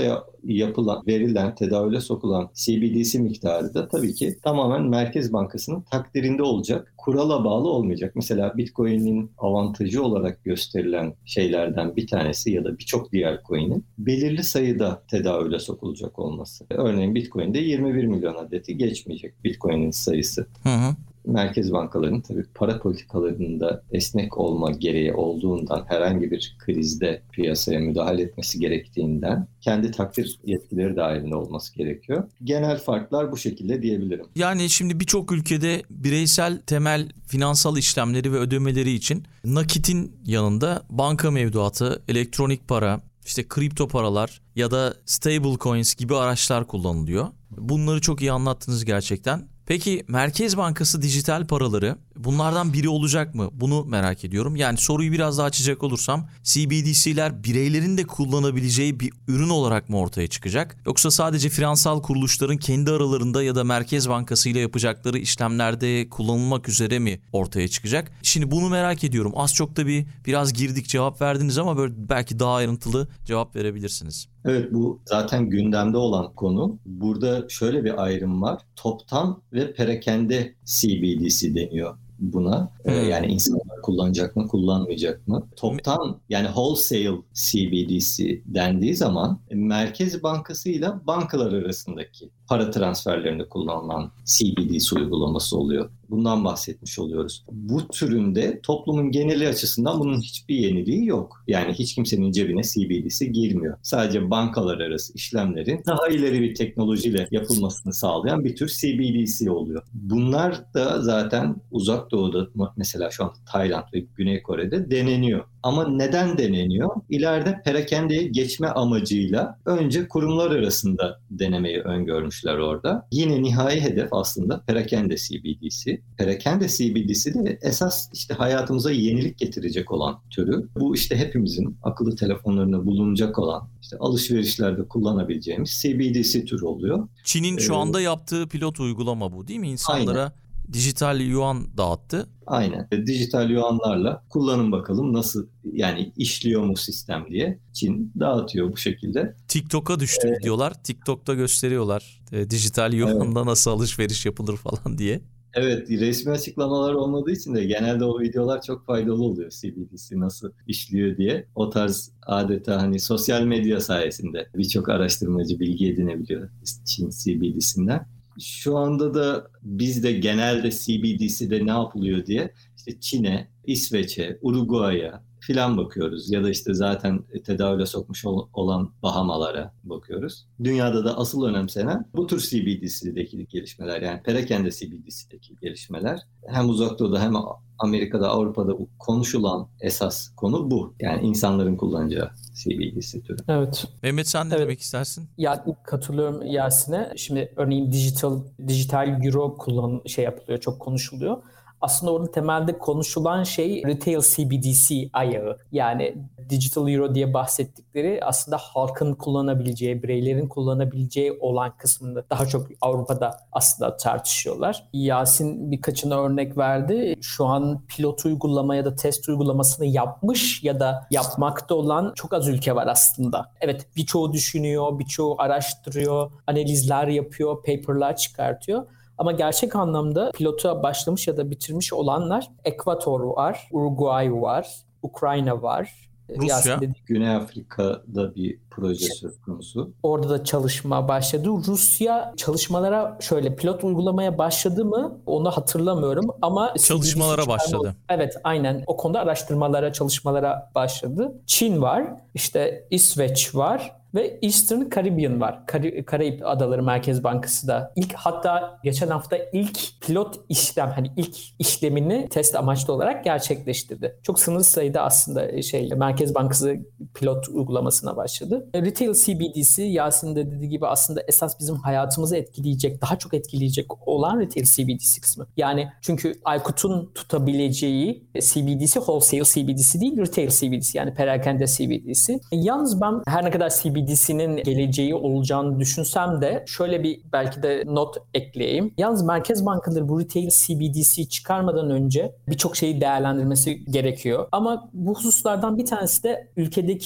yapılan, verilen, tedavüle sokulan C B D C miktarı da tabii ki tamamen Merkez Bankası'nın takdirinde olacak. Kurala bağlı olmayacak. Mesela Bitcoin'in avantajı olarak gösterilen şeylerden bir tanesi ya da birçok diğer coin'in belirli sayıda tedavüle sokulacak olması. Örneğin Bitcoin'de yirmi bir milyon adeti geçmeyecek Bitcoin'in sayısı. Hı hı. Merkez bankalarının tabii para politikalarında esnek olma gereği olduğundan, herhangi bir krizde piyasaya müdahale etmesi gerektiğinden kendi takdir yetkileri dahilinde olması gerekiyor. Genel farklar bu şekilde diyebilirim. Yani şimdi birçok ülkede bireysel temel finansal işlemleri ve ödemeleri için nakitin yanında banka mevduatı, elektronik para, işte kripto paralar ya da stable coins gibi araçlar kullanılıyor. Bunları çok iyi anlattınız gerçekten. Peki Merkez Bankası dijital paraları bunlardan biri olacak mı? Bunu merak ediyorum. Yani soruyu biraz daha açacak olursam C B D C'ler bireylerin de kullanabileceği bir ürün olarak mı ortaya çıkacak? Yoksa sadece finansal kuruluşların kendi aralarında ya da Merkez Bankası ile yapacakları işlemlerde kullanılmak üzere mi ortaya çıkacak? Şimdi bunu merak ediyorum. Az çok da bir biraz girdik, cevap verdiniz ama böyle belki daha ayrıntılı cevap verebilirsiniz. Evet, bu zaten gündemde olan konu. Burada şöyle bir ayrım var. Toptan ve perakende C B D C deniyor buna. Hmm. Ee, yani insanlar kullanacak mı, kullanmayacak mı? Toptan, yani wholesale C B D C dendiği zaman Merkez Bankası ile bankalar arasındaki para transferlerinde kullanılan C B D C uygulaması oluyor. Bundan bahsetmiş oluyoruz. Bu türünde toplumun geneli açısından bunun hiçbir yeniliği yok. Yani hiç kimsenin cebine C B D C girmiyor. Sadece bankalar arası işlemlerin daha ileri bir teknolojiyle yapılmasını sağlayan bir tür C B D C oluyor. Bunlar da zaten Uzak Doğu'da, mesela şu an Tayland ve Güney Kore'de deneniyor. Ama neden deneniyor? İleride perakendeye geçme amacıyla önce kurumlar arasında denemeyi öngörmüşler orada. Yine nihai hedef aslında perakende C B D C. Perakende C B D C de esas işte hayatımıza yenilik getirecek olan türü. Bu işte hepimizin akıllı telefonlarında bulunacak olan, işte alışverişlerde kullanabileceğimiz C B D C türü oluyor. Çin'in şu ee, anda yaptığı pilot uygulama bu değil mi? İnsanlara aynen. Dijital yuan dağıttı. Aynen. Dijital yuanlarla kullanın bakalım nasıl, yani işliyor mu sistem diye Çin dağıtıyor bu şekilde. TikTok'a düştü ee, videolar. TikTok'ta gösteriyorlar. E, dijital yuanla evet. nasıl alışveriş yapılır falan diye. Evet, resmi açıklamalar olmadığı için de genelde o videolar çok faydalı oluyor, C B D C nasıl işliyor diye. O tarz adeta hani sosyal medya sayesinde birçok araştırmacı bilgi edinebiliyor Çin C B D C'sinden. Şu anda da biz de genelde C B D C'de ne yapılıyor diye işte Çin'e, İsveç'e, Uruguay'a filan bakıyoruz. Ya da işte zaten tedavüle sokmuş olan Bahamalara bakıyoruz. Dünyada da asıl önemsenen bu tür C B D C'deki gelişmeler, yani perakende C B D C'deki gelişmeler. Hem Uzak Doğu'da hem Amerika'da, Avrupa'da konuşulan esas konu bu. Yani insanların kullanacağı C B D C türü. Evet. Mehmet, sen ne evet. demek istersin? Ya katılıyorum Yasin'e. Şimdi örneğin dijital dijital euro kullan şey yapılıyor, çok konuşuluyor. Aslında orada temelde konuşulan şey retail C B D C ayağı. Yani digital euro diye bahsettikleri aslında halkın kullanabileceği, bireylerin kullanabileceği olan kısmında daha çok Avrupa'da aslında tartışıyorlar. Yasin birkaçına örnek verdi. Şu an pilot uygulama ya da test uygulamasını yapmış ya da yapmakta olan çok az ülke var aslında. Evet, birçoğu düşünüyor, birçoğu araştırıyor, analizler yapıyor, paper'lar çıkartıyor. Ama gerçek anlamda pilota başlamış ya da bitirmiş olanlar Ekvator var, Uruguay var, Ukrayna var. Rusya. Dedi, Güney Afrika'da bir proje söz konusu. Orada da çalışma başladı. Rusya çalışmalara şöyle pilot uygulamaya başladı mı onu hatırlamıyorum ama çalışmalara başladı. Evet, aynen o konuda araştırmalara, çalışmalara başladı. Çin var, işte İsveç var. Ve Eastern Caribbean var. Kar- Karayip Adaları Merkez Bankası da ilk, hatta geçen hafta ilk pilot işlem, hani ilk işlemini test amaçlı olarak gerçekleştirdi. Çok sınırlı sayıda aslında şey Merkez Bankası pilot uygulamasına başladı. Retail C B D C, Yasin de dediği gibi aslında esas bizim hayatımızı etkileyecek, daha çok etkileyecek olan retail C B D C kısmı. Yani çünkü Aykut'un tutabileceği C B D C wholesale C B D C değil, retail C B D C, yani perakende C B D C. Yalnız ben her ne kadar C B D C'nin geleceği olacağını düşünsem de şöyle bir belki de not ekleyeyim. Yalnız merkez bankaları bu retail C B D C çıkarmadan önce birçok şeyi değerlendirmesi gerekiyor. Ama bu hususlardan bir tanesi de ülkedeki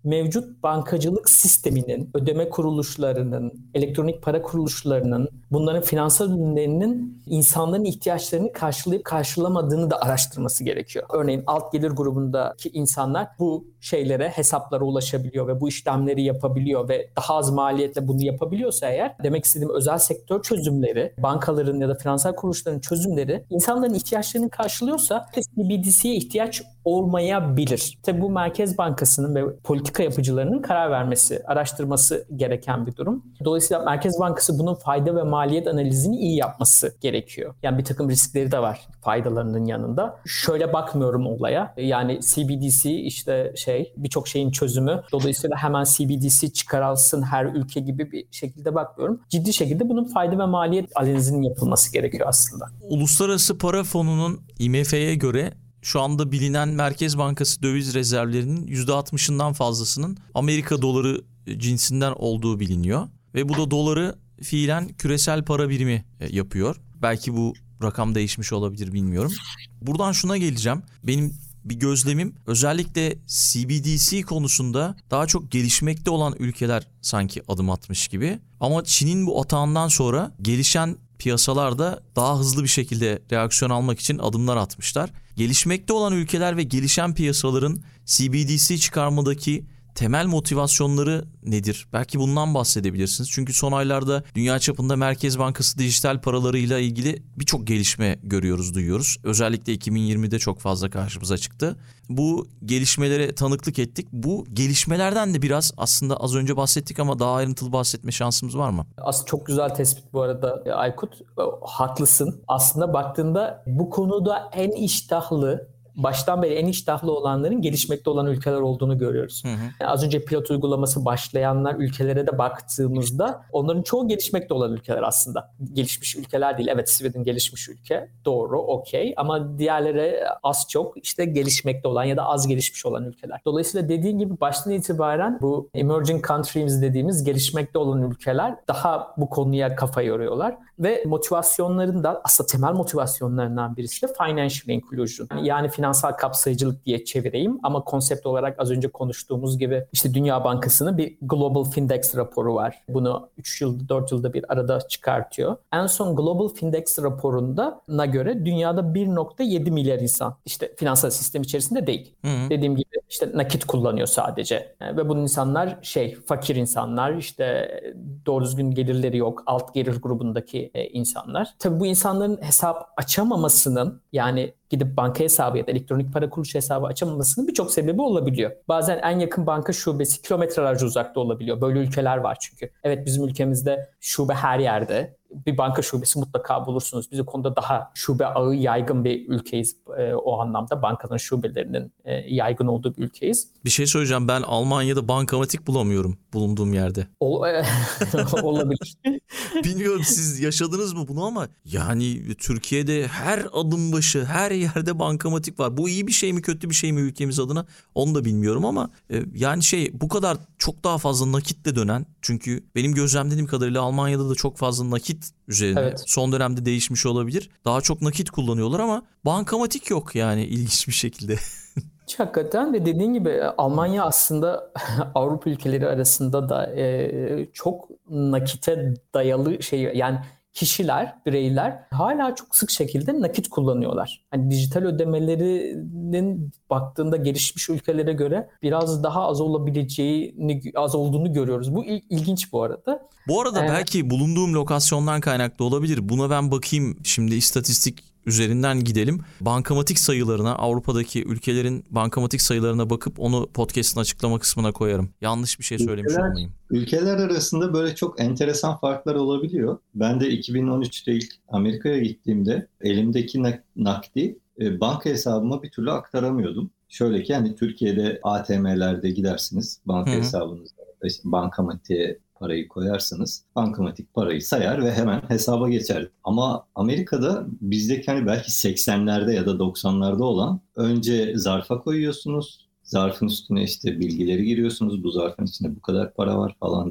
mevcut bankacılık sisteminin, ödeme kuruluşlarının, elektronik para kuruluşlarının, bunların finansal ürünlerinin insanların ihtiyaçlarını karşılayıp karşılamadığını da araştırması gerekiyor. Örneğin alt gelir grubundaki insanlar bu şeylere, hesaplara ulaşabiliyor ve bu işlemleri yapabiliyor ve daha az maliyetle bunu yapabiliyorsa eğer, demek istediğim özel sektör çözümleri, bankaların ya da finansal kuruluşların çözümleri insanların ihtiyaçlarını karşılıyorsa C B D C'ye ihtiyaç olmayabilir. Tabii bu Merkez Bankası'nın ve politika yapıcılarının karar vermesi, araştırması gereken bir durum. Dolayısıyla Merkez Bankası bunun fayda ve maliyet analizini iyi yapması gerekiyor. Yani bir takım riskleri de var faydalarının yanında. Şöyle bakmıyorum olaya. Yani C B D C işte şey birçok şeyin çözümü. Dolayısıyla hemen C B D C çıkarılsın her ülke gibi bir şekilde bakmıyorum. Ciddi şekilde bunun fayda ve maliyet analizinin yapılması gerekiyor aslında. Uluslararası Para Fonu'nun I M F'ye göre şu anda bilinen Merkez Bankası döviz rezervlerinin yüzde altmışından fazlasının Amerika doları cinsinden olduğu biliniyor. Ve bu da doları fiilen küresel para birimi yapıyor. Belki bu rakam değişmiş olabilir, bilmiyorum. Buradan şuna geleceğim. Benim bir gözlemim özellikle C B D C konusunda daha çok gelişmekte olan ülkeler sanki adım atmış gibi. Ama Çin'in bu atağından sonra gelişen piyasalar da daha hızlı bir şekilde reaksiyon almak için adımlar atmışlar. Gelişmekte olan ülkeler ve gelişen piyasaların C B D C çıkarmadaki temel motivasyonları nedir? Belki bundan bahsedebilirsiniz. Çünkü son aylarda dünya çapında Merkez Bankası dijital paralarıyla ilgili birçok gelişme görüyoruz, duyuyoruz. Özellikle iki bin yirmide çok fazla karşımıza çıktı. Bu gelişmelere tanıklık ettik. Bu gelişmelerden de biraz aslında az önce bahsettik ama daha ayrıntılı bahsetme şansımız var mı? Aslında çok güzel tespit bu arada Aykut. Haklısın. Aslında baktığında bu konuda en iştahlı, baştan beri en iştahlı olanların gelişmekte olan ülkeler olduğunu görüyoruz. Hı hı. Yani az önce pilot uygulaması başlayanlar ülkelere de baktığımızda onların çoğu gelişmekte olan ülkeler aslında. Gelişmiş ülkeler değil. Evet, Sweden gelişmiş ülke. Doğru, okey. Ama diğerleri az çok işte gelişmekte olan ya da az gelişmiş olan ülkeler. Dolayısıyla dediğin gibi baştan itibaren bu emerging countries dediğimiz gelişmekte olan ülkeler daha bu konuya kafa yoruyorlar. Ve motivasyonlarından, aslında temel motivasyonlarından birisi de financial inclusion. Yani finansal kapsayıcılık diye çevireyim ama konsept olarak az önce konuştuğumuz gibi işte Dünya Bankası'nın bir Global Findex raporu var. Bunu üç yılda dört yılda bir arada çıkartıyor. En son Global Findex raporunda göre dünyada bir nokta yedi milyar insan işte finansal sistem içerisinde değil. Hı hı. Dediğim gibi işte nakit kullanıyor sadece. Yani ve bu insanlar şey fakir insanlar, işte doğru düzgün gelirleri yok, alt gelir grubundaki e, insanlar. Tabii bu insanların hesap açamamasının, yani gidip banka hesabı ya da elektronik para kuruluşu hesabı açamamasının birçok sebebi olabiliyor. Bazen en yakın banka şubesi kilometrelerce uzakta olabiliyor. Böyle ülkeler var çünkü. Evet, bizim ülkemizde şube her yerde. Bir banka şubesi mutlaka bulursunuz. Biz o konuda daha şube ağı yaygın bir ülkeyiz. E, o anlamda bankaların şubelerinin e, yaygın olduğu bir ülkeyiz. Bir şey söyleyeceğim. Ben Almanya'da bankamatik bulamıyorum bulunduğum yerde. Ol, e, olabilir. Bilmiyorum siz yaşadınız mı bunu ama yani Türkiye'de her adım başı, her yerde bankamatik var. Bu iyi bir şey mi, kötü bir şey mi ülkemiz adına onu da bilmiyorum ama e, yani şey bu kadar çok daha fazla nakitle dönen, çünkü benim gözlemlediğim kadarıyla Almanya'da da çok fazla nakit üzerine evet. Son dönemde değişmiş olabilir. Daha çok nakit kullanıyorlar ama bankamatik yok yani ilginç bir şekilde. Hakikaten ve dediğin gibi Almanya aslında Avrupa ülkeleri arasında da e, çok nakite dayalı şey, yani kişiler, bireyler hala çok sık şekilde nakit kullanıyorlar. Hani dijital ödemelerinin baktığında gelişmiş ülkelere göre biraz daha az olabileceğini, az olduğunu görüyoruz. Bu il, ilginç bu arada. Bu arada ee, belki bulunduğum lokasyondan kaynaklı olabilir. Buna ben bakayım. Şimdi istatistik üzerinden gidelim. Bankamatik sayılarına, Avrupa'daki ülkelerin bankamatik sayılarına bakıp onu podcast'ın açıklama kısmına koyarım. Yanlış bir şey söylemiş ülkeler, olmayayım. Ülkeler arasında böyle çok enteresan farklar olabiliyor. Ben de iki bin on üçte ilk Amerika'ya gittiğimde elimdeki nakdi banka hesabıma bir türlü aktaramıyordum. Şöyle ki hani Türkiye'de A T M'lerde gidersiniz, banka Hı-hı. hesabınızda bankamatiğe parayı koyarsınız. Bankamatik parayı sayar ve hemen hesaba geçer. Ama Amerika'da bizdeki hani belki seksenlerde ya da doksanlarda olan, önce zarfa koyuyorsunuz. Zarfın üstüne işte bilgileri giriyorsunuz. Bu zarfın içinde bu kadar para var falan diye.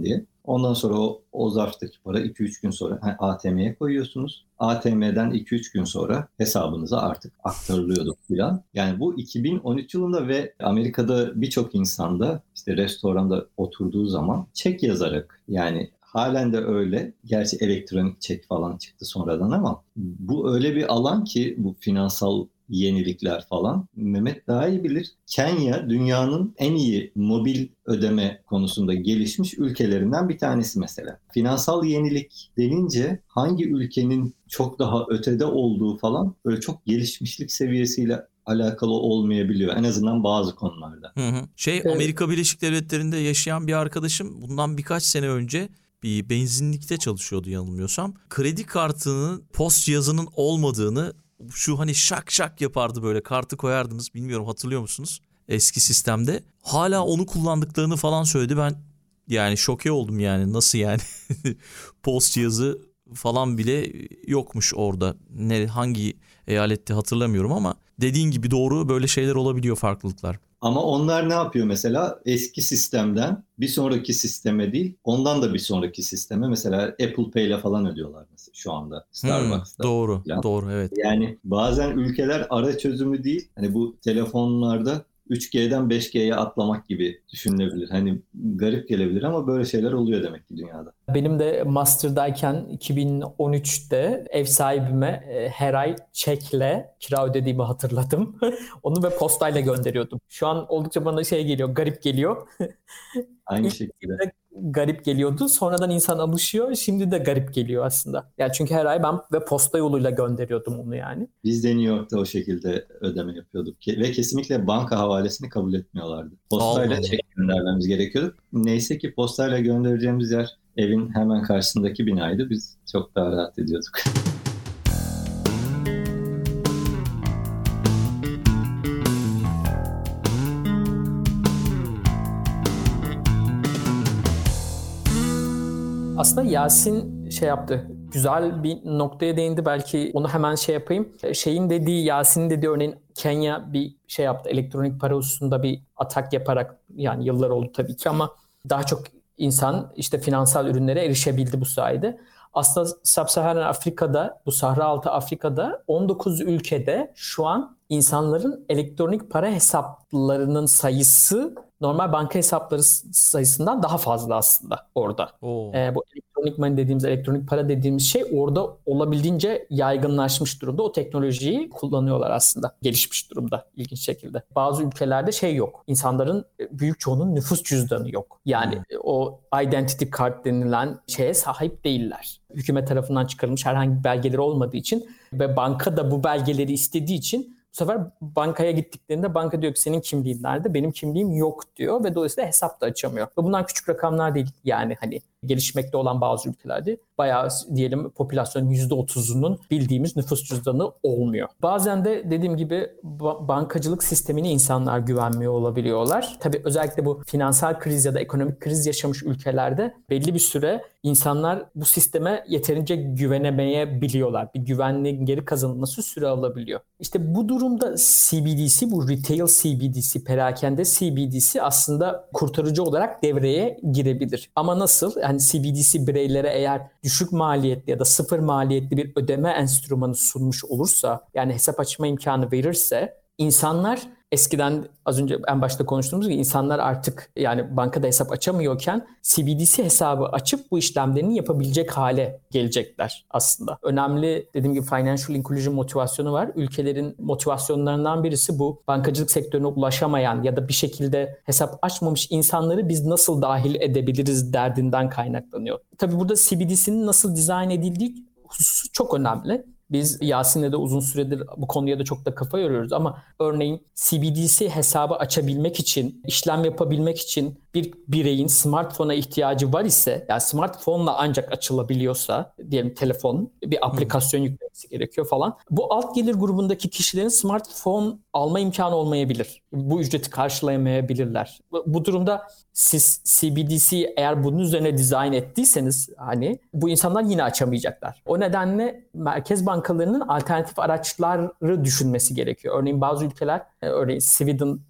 Ondan sonra o, o zarftaki para iki üç gün sonra yani A T M'ye koyuyorsunuz. A T M'den iki üç gün sonra hesabınıza artık aktarılıyordu falan. Yani bu iki bin on üç yılında ve Amerika'da birçok insanda işte restoranda oturduğu zaman çek yazarak, yani halen de öyle. Gerçi elektronik çek falan çıktı sonradan ama bu öyle bir alan ki bu finansal yenilikler falan. Mehmet daha iyi bilir. Kenya dünyanın en iyi mobil ödeme konusunda gelişmiş ülkelerinden bir tanesi mesela. Finansal yenilik denince hangi ülkenin çok daha ötede olduğu falan böyle çok gelişmişlik seviyesiyle alakalı olmayabiliyor. En azından bazı konularda. Hı hı. Şey Evet. Amerika Birleşik Devletleri'nde yaşayan bir arkadaşım bundan birkaç sene önce bir benzinlikte çalışıyordu yanılmıyorsam. Kredi kartının post cihazının olmadığını, şu hani şak şak yapardı, böyle kartı koyardınız, bilmiyorum hatırlıyor musunuz? Eski sistemde. Hala onu kullandıklarını falan söyledi. Ben yani şoke oldum yani, nasıl yani? Post cihazı falan bile yokmuş orada. Ne, hangi eyalette hatırlamıyorum ama dediğin gibi doğru, böyle şeyler olabiliyor, farklılıklar. Ama onlar ne yapıyor mesela? Eski sistemden bir sonraki sisteme değil, ondan da bir sonraki sisteme mesela Apple Pay ile falan ödüyorlar mesela şu anda Starbucks'ta. Hmm, doğru, falan. doğru, evet. Yani bazen ülkeler ara çözümü değil, hani bu telefonlarda üç G'den beş G'ye atlamak gibi düşünülebilir. Hani garip gelebilir ama böyle şeyler oluyor demek ki dünyada. Benim de master'dayken iki bin on üçte ev sahibime e, her ay çekle kira ödediğimi hatırladım. Onu ve postayla gönderiyordum. Şu an oldukça bana şey geliyor, garip geliyor. Aynı İlk şekilde. garip geliyordu. Sonradan insan alışıyor. Şimdi de garip geliyor aslında. Yani çünkü her ay ben ve posta yoluyla gönderiyordum onu yani. Biz de New York'ta o şekilde ödeme yapıyorduk ve kesinlikle banka havalesini kabul etmiyorlardı. Postayla Allah Allah. çek göndermemiz gerekiyordu. Neyse ki postayla göndereceğimiz yer evin hemen karşısındaki binaydı. Biz çok daha rahat ediyorduk. Aslında Yasin şey yaptı. Güzel bir noktaya değindi. Belki onu hemen şey yapayım. Şeyin dediği, Yasin'in dediği örneğin Kenya bir şey yaptı. Elektronik para hususunda bir atak yaparak, yani yıllar oldu tabii ki ama daha çok insan işte finansal ürünlere erişebildi bu sayede. Aslında Sub-Saharan Afrika'da, bu Sahra Altı Afrika'da on dokuz ülkede şu an insanların elektronik para hesaplarının sayısı normal banka hesapları sayısından daha fazla aslında orada. Ee, bu elektronik money dediğimiz, elektronik para dediğimiz şey orada olabildiğince yaygınlaşmış durumda. O teknolojiyi kullanıyorlar aslında. Gelişmiş durumda ilginç şekilde. Bazı ülkelerde şey yok. İnsanların büyük çoğunun nüfus cüzdanı yok. Yani hmm. o identity card denilen şeye sahip değiller. Hükümet tarafından çıkarılmış herhangi bir belgeleri olmadığı için ve banka da bu belgeleri istediği için bu sefer bankaya gittiklerinde banka diyor ki senin kimliğin nerede? Benim kimliğim yok diyor ve dolayısıyla hesap da açamıyor. Ve bunlar küçük rakamlar değil. Yani hani gelişmekte olan bazı ülkelerde bayağı diyelim popülasyonun yüzde otuzunun bildiğimiz nüfus cüzdanı olmuyor. Bazen de dediğim gibi bankacılık sistemine insanlar güvenmiyor olabiliyorlar. Tabii özellikle bu finansal kriz ya da ekonomik kriz yaşamış ülkelerde belli bir süre insanlar bu sisteme yeterince güvenemeyebiliyorlar. Bir güvenliğin geri kazanılması süre alabiliyor. İşte bu durumda C B D C, bu retail C B D C, perakende C B D C aslında kurtarıcı olarak devreye girebilir. Ama nasıl? Yani C B D C bireylere eğer düşük maliyetli ya da sıfır maliyetli bir ödeme enstrümanı sunmuş olursa, yani hesap açma imkanı verirse, insanlar eskiden az önce en başta konuştuğumuz gibi insanlar artık yani bankada hesap açamıyorken C B D C hesabı açıp bu işlemlerini yapabilecek hale gelecekler aslında. Önemli dediğim gibi financial inclusion motivasyonu var. Ülkelerin motivasyonlarından birisi bu. Bankacılık sektörüne ulaşamayan ya da bir şekilde hesap açmamış insanları biz nasıl dahil edebiliriz derdinden kaynaklanıyor. Tabii burada C B D C'nin nasıl dizayn edildiği hususu çok önemli. Biz Yasin'le de uzun süredir bu konuya da çok da kafa yoruyoruz ama örneğin C B D C hesabı açabilmek için, işlem yapabilmek için bir bireyin smartphone'a ihtiyacı var ise, yani smartphone'la ancak açılabiliyorsa, diyelim telefon, bir aplikasyon hmm. yüklemesi gerekiyor falan. Bu alt gelir grubundaki kişilerin smartphone alma imkanı olmayabilir. Bu ücreti karşılayamayabilirler. Bu, bu durumda siz C B D C eğer bunun üzerine dizayn ettiyseniz hani bu insanlar yine açamayacaklar. O nedenle merkez bankalarının alternatif araçları düşünmesi gerekiyor. Örneğin bazı ülkeler, örneğin Sweden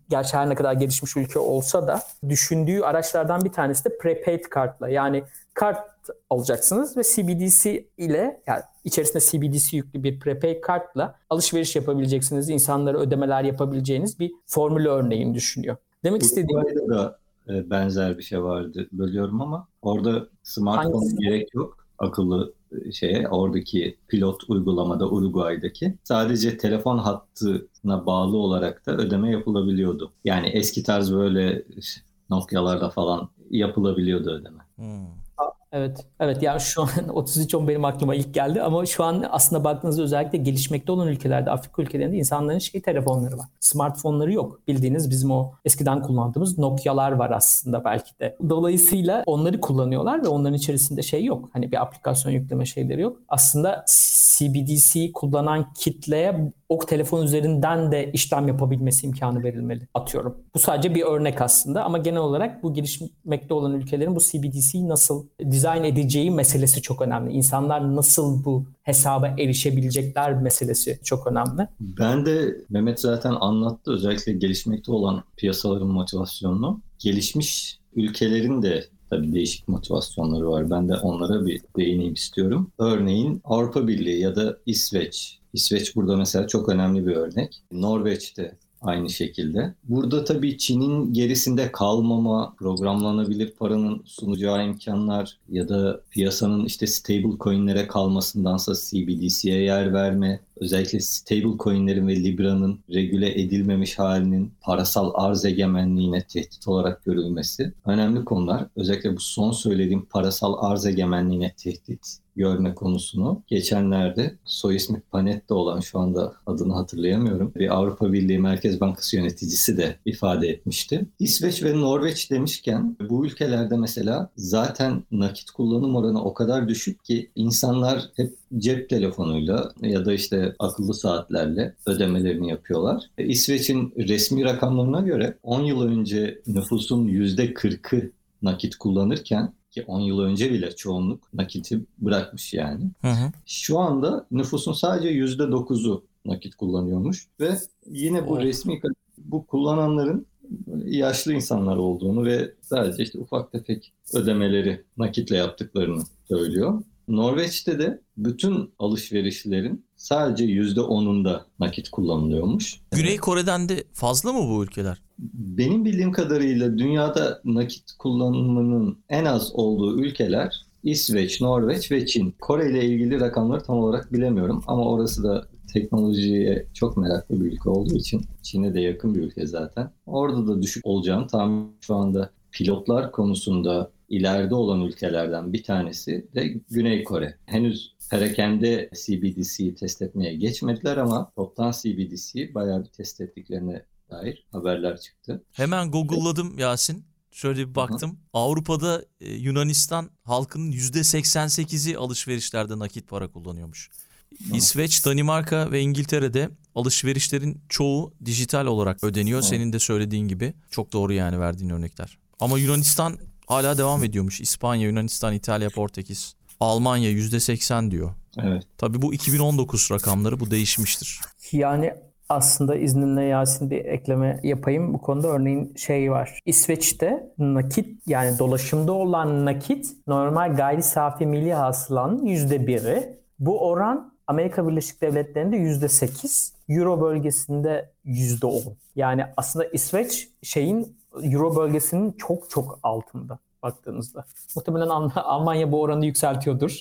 gerçi her ne kadar gelişmiş ülke olsa da düşündüğü araçlardan bir tanesi de prepaid kartla. Yani kart alacaksınız ve C B D C ile, yani içerisinde C B D C yüklü bir prepaid kartla alışveriş yapabileceksiniz. İnsanlara ödemeler yapabileceğiniz bir formülü örneğini düşünüyor. Demek istediğim... Uruguay'da da benzer bir şey vardı. Bölüyorum ama orada smartphone Hangisi? gerek yok. Akıllı şeye, oradaki pilot uygulamada Uruguay'daki sadece telefon hattına bağlı olarak da ödeme yapılabiliyordu. Yani eski tarz böyle Nokia'larda falan yapılabiliyordu ödeme. Hmm. Evet, evet yani şu an otuz üç on benim aklıma ilk geldi ama şu an aslında baktığınızda özellikle gelişmekte olan ülkelerde, Afrika ülkelerinde insanların şey telefonları var. Smartfonları yok. Bildiğiniz bizim o eskiden kullandığımız Nokia'lar var aslında belki de. Dolayısıyla onları kullanıyorlar ve onların içerisinde şey yok. Hani bir aplikasyon yükleme şeyleri yok. Aslında C B D C kullanan kitleye o telefon üzerinden de işlem yapabilmesi imkanı verilmeli. Atıyorum. Bu sadece bir örnek aslında ama genel olarak bu gelişmekte olan ülkelerin bu C B D C'yi nasıl dizayn edeceği meselesi çok önemli. İnsanlar nasıl bu hesaba erişebilecekler meselesi çok önemli. Ben de Mehmet zaten anlattı, özellikle gelişmekte olan piyasaların motivasyonunu. Gelişmiş ülkelerin de tabii değişik motivasyonları var. Ben de onlara bir değineyim istiyorum. Örneğin Avrupa Birliği ya da İsveç. İsveç burada mesela çok önemli bir örnek. Norveç'te aynı şekilde. Burada tabii Çin'in gerisinde kalmama, programlanabilir paranın sunacağı imkanlar ya da piyasanın işte stable coin'lere kalmasındansa C B D C'ye yer verme, özellikle stable coin'lerin ve Libra'nın regüle edilmemiş halinin parasal arz egemenliğine tehdit olarak görülmesi önemli konular. Özellikle bu son söylediğim parasal arz egemenliğine tehdit görme konusunu geçenlerde soy ismi Panetta olan, şu anda adını hatırlayamıyorum, bir Avrupa Birliği Merkez Bankası yöneticisi de ifade etmişti. İsveç ve Norveç demişken bu ülkelerde mesela zaten nakit kullanım oranı o kadar düşük ki insanlar hep cep telefonuyla ya da işte akıllı saatlerle ödemelerini yapıyorlar. İsveç'in resmi rakamlarına göre on yıl önce nüfusun yüzde kırkı nakit kullanırken, ki on yıl önce bile çoğunluk nakiti bırakmış yani. Hı hı. Şu anda nüfusun sadece yüzde dokuzu nakit kullanıyormuş ve yine bu oh. resmi bu kullananların yaşlı insanlar olduğunu ve sadece işte ufak tefek ödemeleri nakitle yaptıklarını söylüyor. Norveç'te de bütün alışverişlerin sadece yüzde onunda nakit kullanılıyormuş. Güney Kore'den de fazla mı bu ülkeler? Benim bildiğim kadarıyla dünyada nakit kullanımının en az olduğu ülkeler İsveç, Norveç ve Çin. Kore ile ilgili rakamları tam olarak bilemiyorum ama orası da teknolojiye çok meraklı bir ülke olduğu için Çin'e de yakın bir ülke zaten. Orada da düşük olacağını tahmin, şu anda pilotlar konusunda ileride olan ülkelerden bir tanesi de Güney Kore. Henüz perakende C B D C'yi test etmeye geçmediler ama toptan C B D C'yi bayağı bir test ettiklerine dair haberler çıktı. Hemen Google'ladım Yasin. Şöyle bir baktım. Hı. Avrupa'da Yunanistan halkının yüzde seksen sekizi alışverişlerde nakit para kullanıyormuş. Hı. İsveç, Danimarka ve İngiltere'de alışverişlerin çoğu dijital olarak ödeniyor. Hı. Senin de söylediğin gibi. Çok doğru yani verdiğin örnekler. Ama Yunanistan hala devam ediyormuş. İspanya, Yunanistan, İtalya, Portekiz. Almanya yüzde seksen diyor. Evet. Tabii bu iki bin on dokuz rakamları, bu değişmiştir. Yani aslında izninle Yasin bir ekleme yapayım. Bu konuda örneğin şey var. İsveç'te nakit, yani dolaşımda olan nakit normal gayri safi milli hasılanın yüzde biri. Bu oran Amerika Birleşik Devletleri'nde yüzde sekiz, Euro bölgesinde yüzde on. Yani aslında İsveç şeyin Euro bölgesinin çok çok altında baktığınızda. Muhtemelen Almanya bu oranı yükseltiyordur.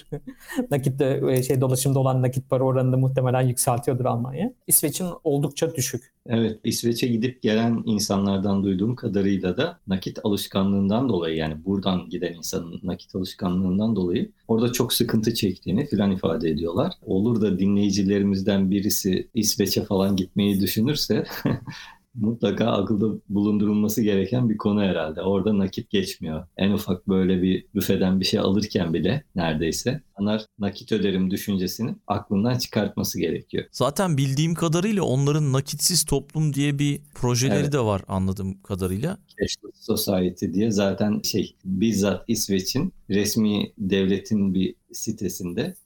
Nakitte şey dolaşımda olan nakit para oranını muhtemelen yükseltiyordur Almanya. İsveç'in oldukça düşük. Evet, İsveç'e gidip gelen insanlardan duyduğum kadarıyla da nakit alışkanlığından dolayı, yani buradan giden insanın nakit alışkanlığından dolayı orada çok sıkıntı çektiğini filan ifade ediyorlar. Olur da dinleyicilerimizden birisi İsveç'e falan gitmeyi düşünürse mutlaka akılda bulundurulması gereken bir konu herhalde. Orada nakit geçmiyor. En ufak böyle bir büfeden bir şey alırken bile neredeyse onlar nakit öderim düşüncesini aklından çıkartması gerekiyor. Zaten bildiğim kadarıyla onların nakitsiz toplum diye bir projeleri evet. de var anladığım kadarıyla. Cashless Society diye zaten şey bizzat İsveç'in resmi devletin bir sitesinde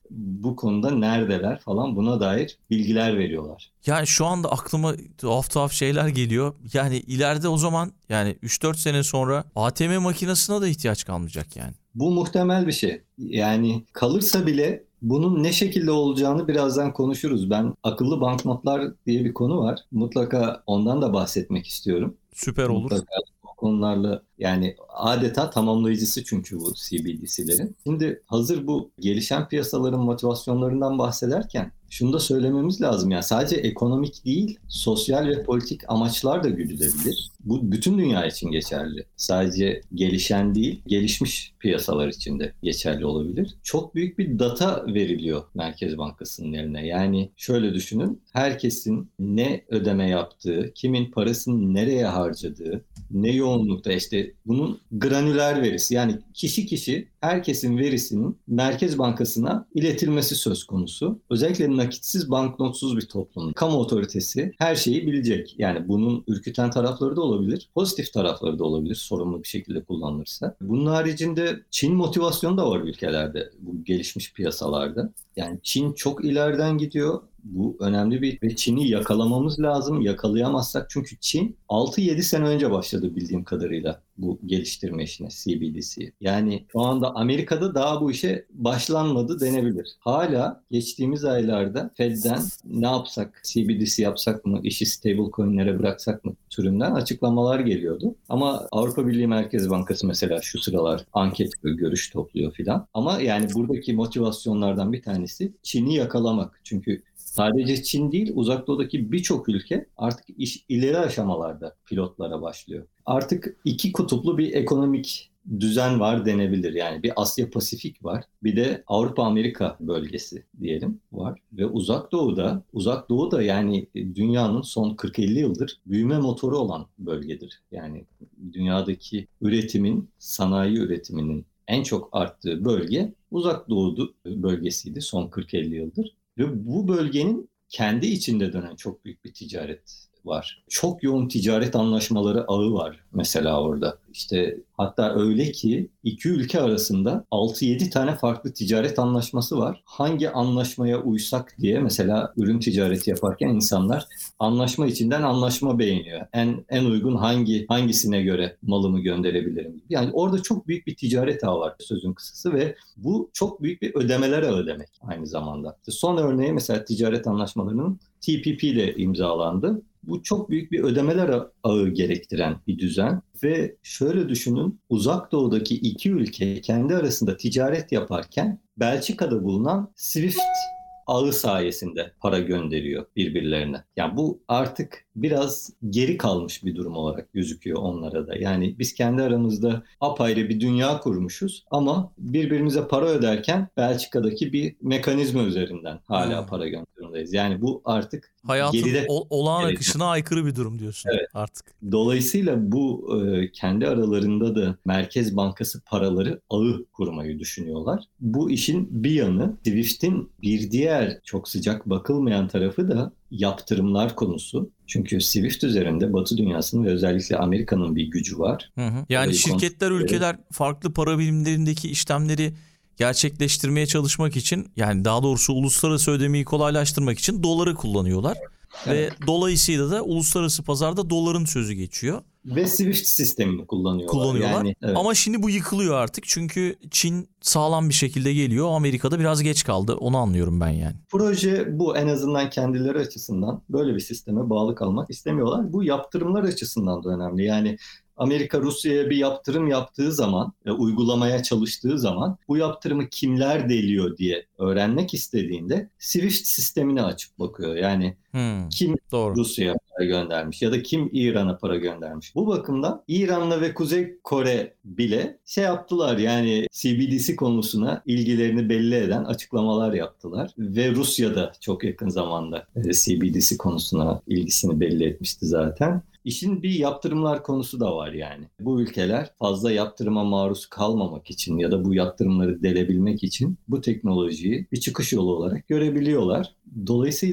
bu konuda neredeler falan buna dair bilgiler veriyorlar. Yani şu anda aklıma tuhaf tuhaf şeyler geliyor. Yani ileride o zaman yani üç dört sene sonra A T M makinesine de ihtiyaç kalmayacak yani. Bu muhtemel bir şey. Yani kalırsa bile bunun ne şekilde olacağını birazdan konuşuruz. Ben akıllı banknotlar diye bir konu var. Mutlaka ondan da bahsetmek istiyorum. Süper olur. Mutlaka o konularla yani adeta tamamlayıcısı çünkü bu C B D C'lerin. Şimdi hazır bu gelişen piyasaların motivasyonlarından bahsederken şunu da söylememiz lazım. Yani sadece ekonomik değil, sosyal ve politik amaçlar da güdülebilir. Bu bütün dünya için geçerli. Sadece gelişen değil, gelişmiş piyasalar için de geçerli olabilir. Çok büyük bir data veriliyor Merkez Bankası'nın eline. Yani şöyle düşünün, herkesin ne ödeme yaptığı, kimin parasını nereye harcadığı, ne yoğunlukta işte bunun granüler verisi. Yani kişi kişi herkesin verisinin Merkez Bankası'na iletilmesi söz konusu. Özellikle nakitsiz, banknotsuz bir toplum. Kamu otoritesi her şeyi bilecek. Yani bunun ürküten tarafları da olabilir, pozitif tarafları da olabilir sorumlu bir şekilde kullanılırsa. Bunun haricinde Çin motivasyonu da var ülkelerde, bu gelişmiş piyasalarda. Yani Çin çok ileriden gidiyor. Bu önemli bir ve Çin'i yakalamamız lazım. Yakalayamazsak çünkü Çin altı yedi sene önce başladı bildiğim kadarıyla bu geliştirme işine C B D C. Yani şu anda Amerika'da daha bu işe başlanmadı denebilir. Hala geçtiğimiz aylarda Fed'den ne yapsak, C B D C yapsak mı, işi stablecoin'lere bıraksak mı türünden açıklamalar geliyordu. Ama Avrupa Birliği Merkez Bankası mesela şu sıralar anket ve görüş topluyor filan. Ama yani buradaki motivasyonlardan bir tanesi Çin'i yakalamak. Çünkü sadece Çin değil, Uzak Doğu'daki birçok ülke artık iş ileri aşamalarda pilotlara başlıyor. Artık iki kutuplu bir ekonomik düzen var denebilir. Yani bir Asya-Pasifik var, bir de Avrupa-Amerika bölgesi diyelim var. Ve Uzak Doğu'da, Uzak Doğu da yani dünyanın son kırk elli yıldır büyüme motoru olan bölgedir. Yani dünyadaki üretimin, sanayi üretiminin en çok arttığı bölge Uzak Doğu bölgesiydi son kırk elli yıldır. Ve bu bölgenin kendi içinde dönen çok büyük bir ticaret var. Çok yoğun ticaret anlaşmaları ağı var mesela orada. İşte hatta öyle ki iki ülke arasında altı yedi tane farklı ticaret anlaşması var. Hangi anlaşmaya uysak diye mesela ürün ticareti yaparken insanlar anlaşma içinden anlaşma beğeniyor. En en uygun hangi hangisine göre malımı gönderebilirim? Yani orada çok büyük bir ticaret ağı var sözün kısası ve bu çok büyük bir ödemeler ağı demek aynı zamanda. İşte son örneği mesela ticaret anlaşmalarının T P P ile imzalandı. Bu çok büyük bir ödemeler ağı gerektiren bir düzen ve şöyle düşünün, Uzak Doğu'daki iki ülke kendi arasında ticaret yaparken Belçika'da bulunan Swift ağı sayesinde para gönderiyor birbirlerine. Yani bu artık biraz geri kalmış bir durum olarak gözüküyor onlara da. Yani biz kendi aramızda apayrı bir dünya kurmuşuz ama birbirimize para öderken Belçika'daki bir mekanizma üzerinden hala hmm. para gönderiyoruz. Yani bu artık hayatın geride ol- olağan akışına aykırı bir durum diyorsun evet. artık. Dolayısıyla bu e, kendi aralarında da Merkez Bankası paraları ağı kurmayı düşünüyorlar. Bu işin bir yanı, Swift'in bir diğer çok sıcak bakılmayan tarafı da yaptırımlar konusu. Çünkü Swift üzerinde Batı dünyasının ve özellikle Amerika'nın bir gücü var. Hı hı. Yani Orayı şirketler, kontrol ülkeler farklı para birimlerindeki işlemleri gerçekleştirmeye çalışmak için, yani daha doğrusu uluslararası ödemeyi kolaylaştırmak için doları kullanıyorlar. Evet. Ve dolayısıyla da uluslararası pazarda doların sözü geçiyor. Ve Swift sistemini kullanıyorlar. Kullanıyorlar. Yani, evet. Ama şimdi bu yıkılıyor artık. Çünkü Çin sağlam bir şekilde geliyor. Amerika'da biraz geç kaldı. Onu anlıyorum ben yani. Proje bu, en azından kendileri açısından böyle bir sisteme bağlı kalmak istemiyorlar. Bu yaptırımlar açısından da önemli. Yani Amerika Rusya'ya bir yaptırım yaptığı zaman, e, uygulamaya çalıştığı zaman bu yaptırımı kimler deliyor diye öğrenmek istediğinde Swift sistemini açıp bakıyor. Yani hmm, kim doğru. Rusya'ya para göndermiş ya da kim İran'a para göndermiş. Bu bakımdan İran'la ve Kuzey Kore bile şey yaptılar, yani C B D C konusuna ilgilerini belli eden açıklamalar yaptılar. Ve Rusya da çok yakın zamanda C B D C konusuna ilgisini belli etmişti zaten. İşin bir yaptırımlar konusu da var yani. Bu ülkeler fazla yaptırıma maruz kalmamak için ya da bu yaptırımları delebilmek için bu teknolojiyi bir çıkış yolu olarak görebiliyorlar. Dolayısıyla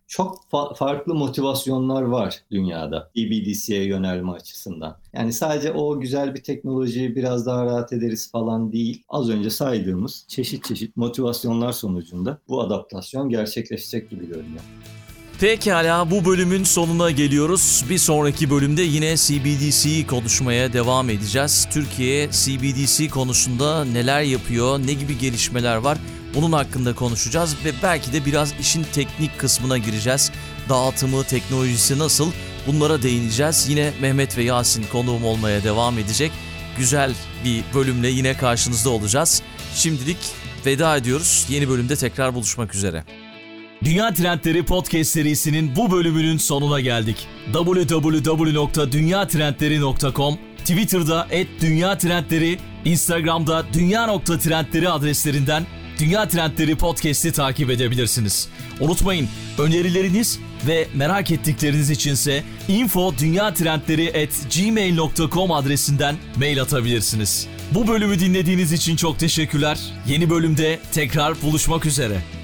çok fa- farklı motivasyonlar var dünyada C B D C'ye yönelme açısından. Yani sadece o güzel bir teknoloji, biraz daha rahat ederiz falan değil. Az önce saydığımız çeşit çeşit motivasyonlar sonucunda bu adaptasyon gerçekleşecek gibi görünüyor. Pekala, bu bölümün sonuna geliyoruz. Bir sonraki bölümde yine C B D C'yi konuşmaya devam edeceğiz. Türkiye C B D C konusunda neler yapıyor, ne gibi gelişmeler var, bunun hakkında konuşacağız ve belki de biraz işin teknik kısmına gireceğiz. Dağıtımı, teknolojisi nasıl, bunlara değineceğiz. Yine Mehmet ve Yasin konuğum olmaya devam edecek. Güzel bir bölümle yine karşınızda olacağız. Şimdilik veda ediyoruz. Yeni bölümde tekrar buluşmak üzere. Dünya Trendleri Podcast serisinin bu bölümünün sonuna geldik. double-u double-u double-u nokta dünya trendleri nokta com, Twitter'da et dünya trendleri, Instagram'da dünya nokta trendleri adreslerinden Dünya Trendleri Podcast'i takip edebilirsiniz. Unutmayın, önerileriniz ve merak ettikleriniz içinse info dünya trendleri at gmail nokta com adresinden mail atabilirsiniz. Bu bölümü dinlediğiniz için çok teşekkürler. Yeni bölümde tekrar buluşmak üzere.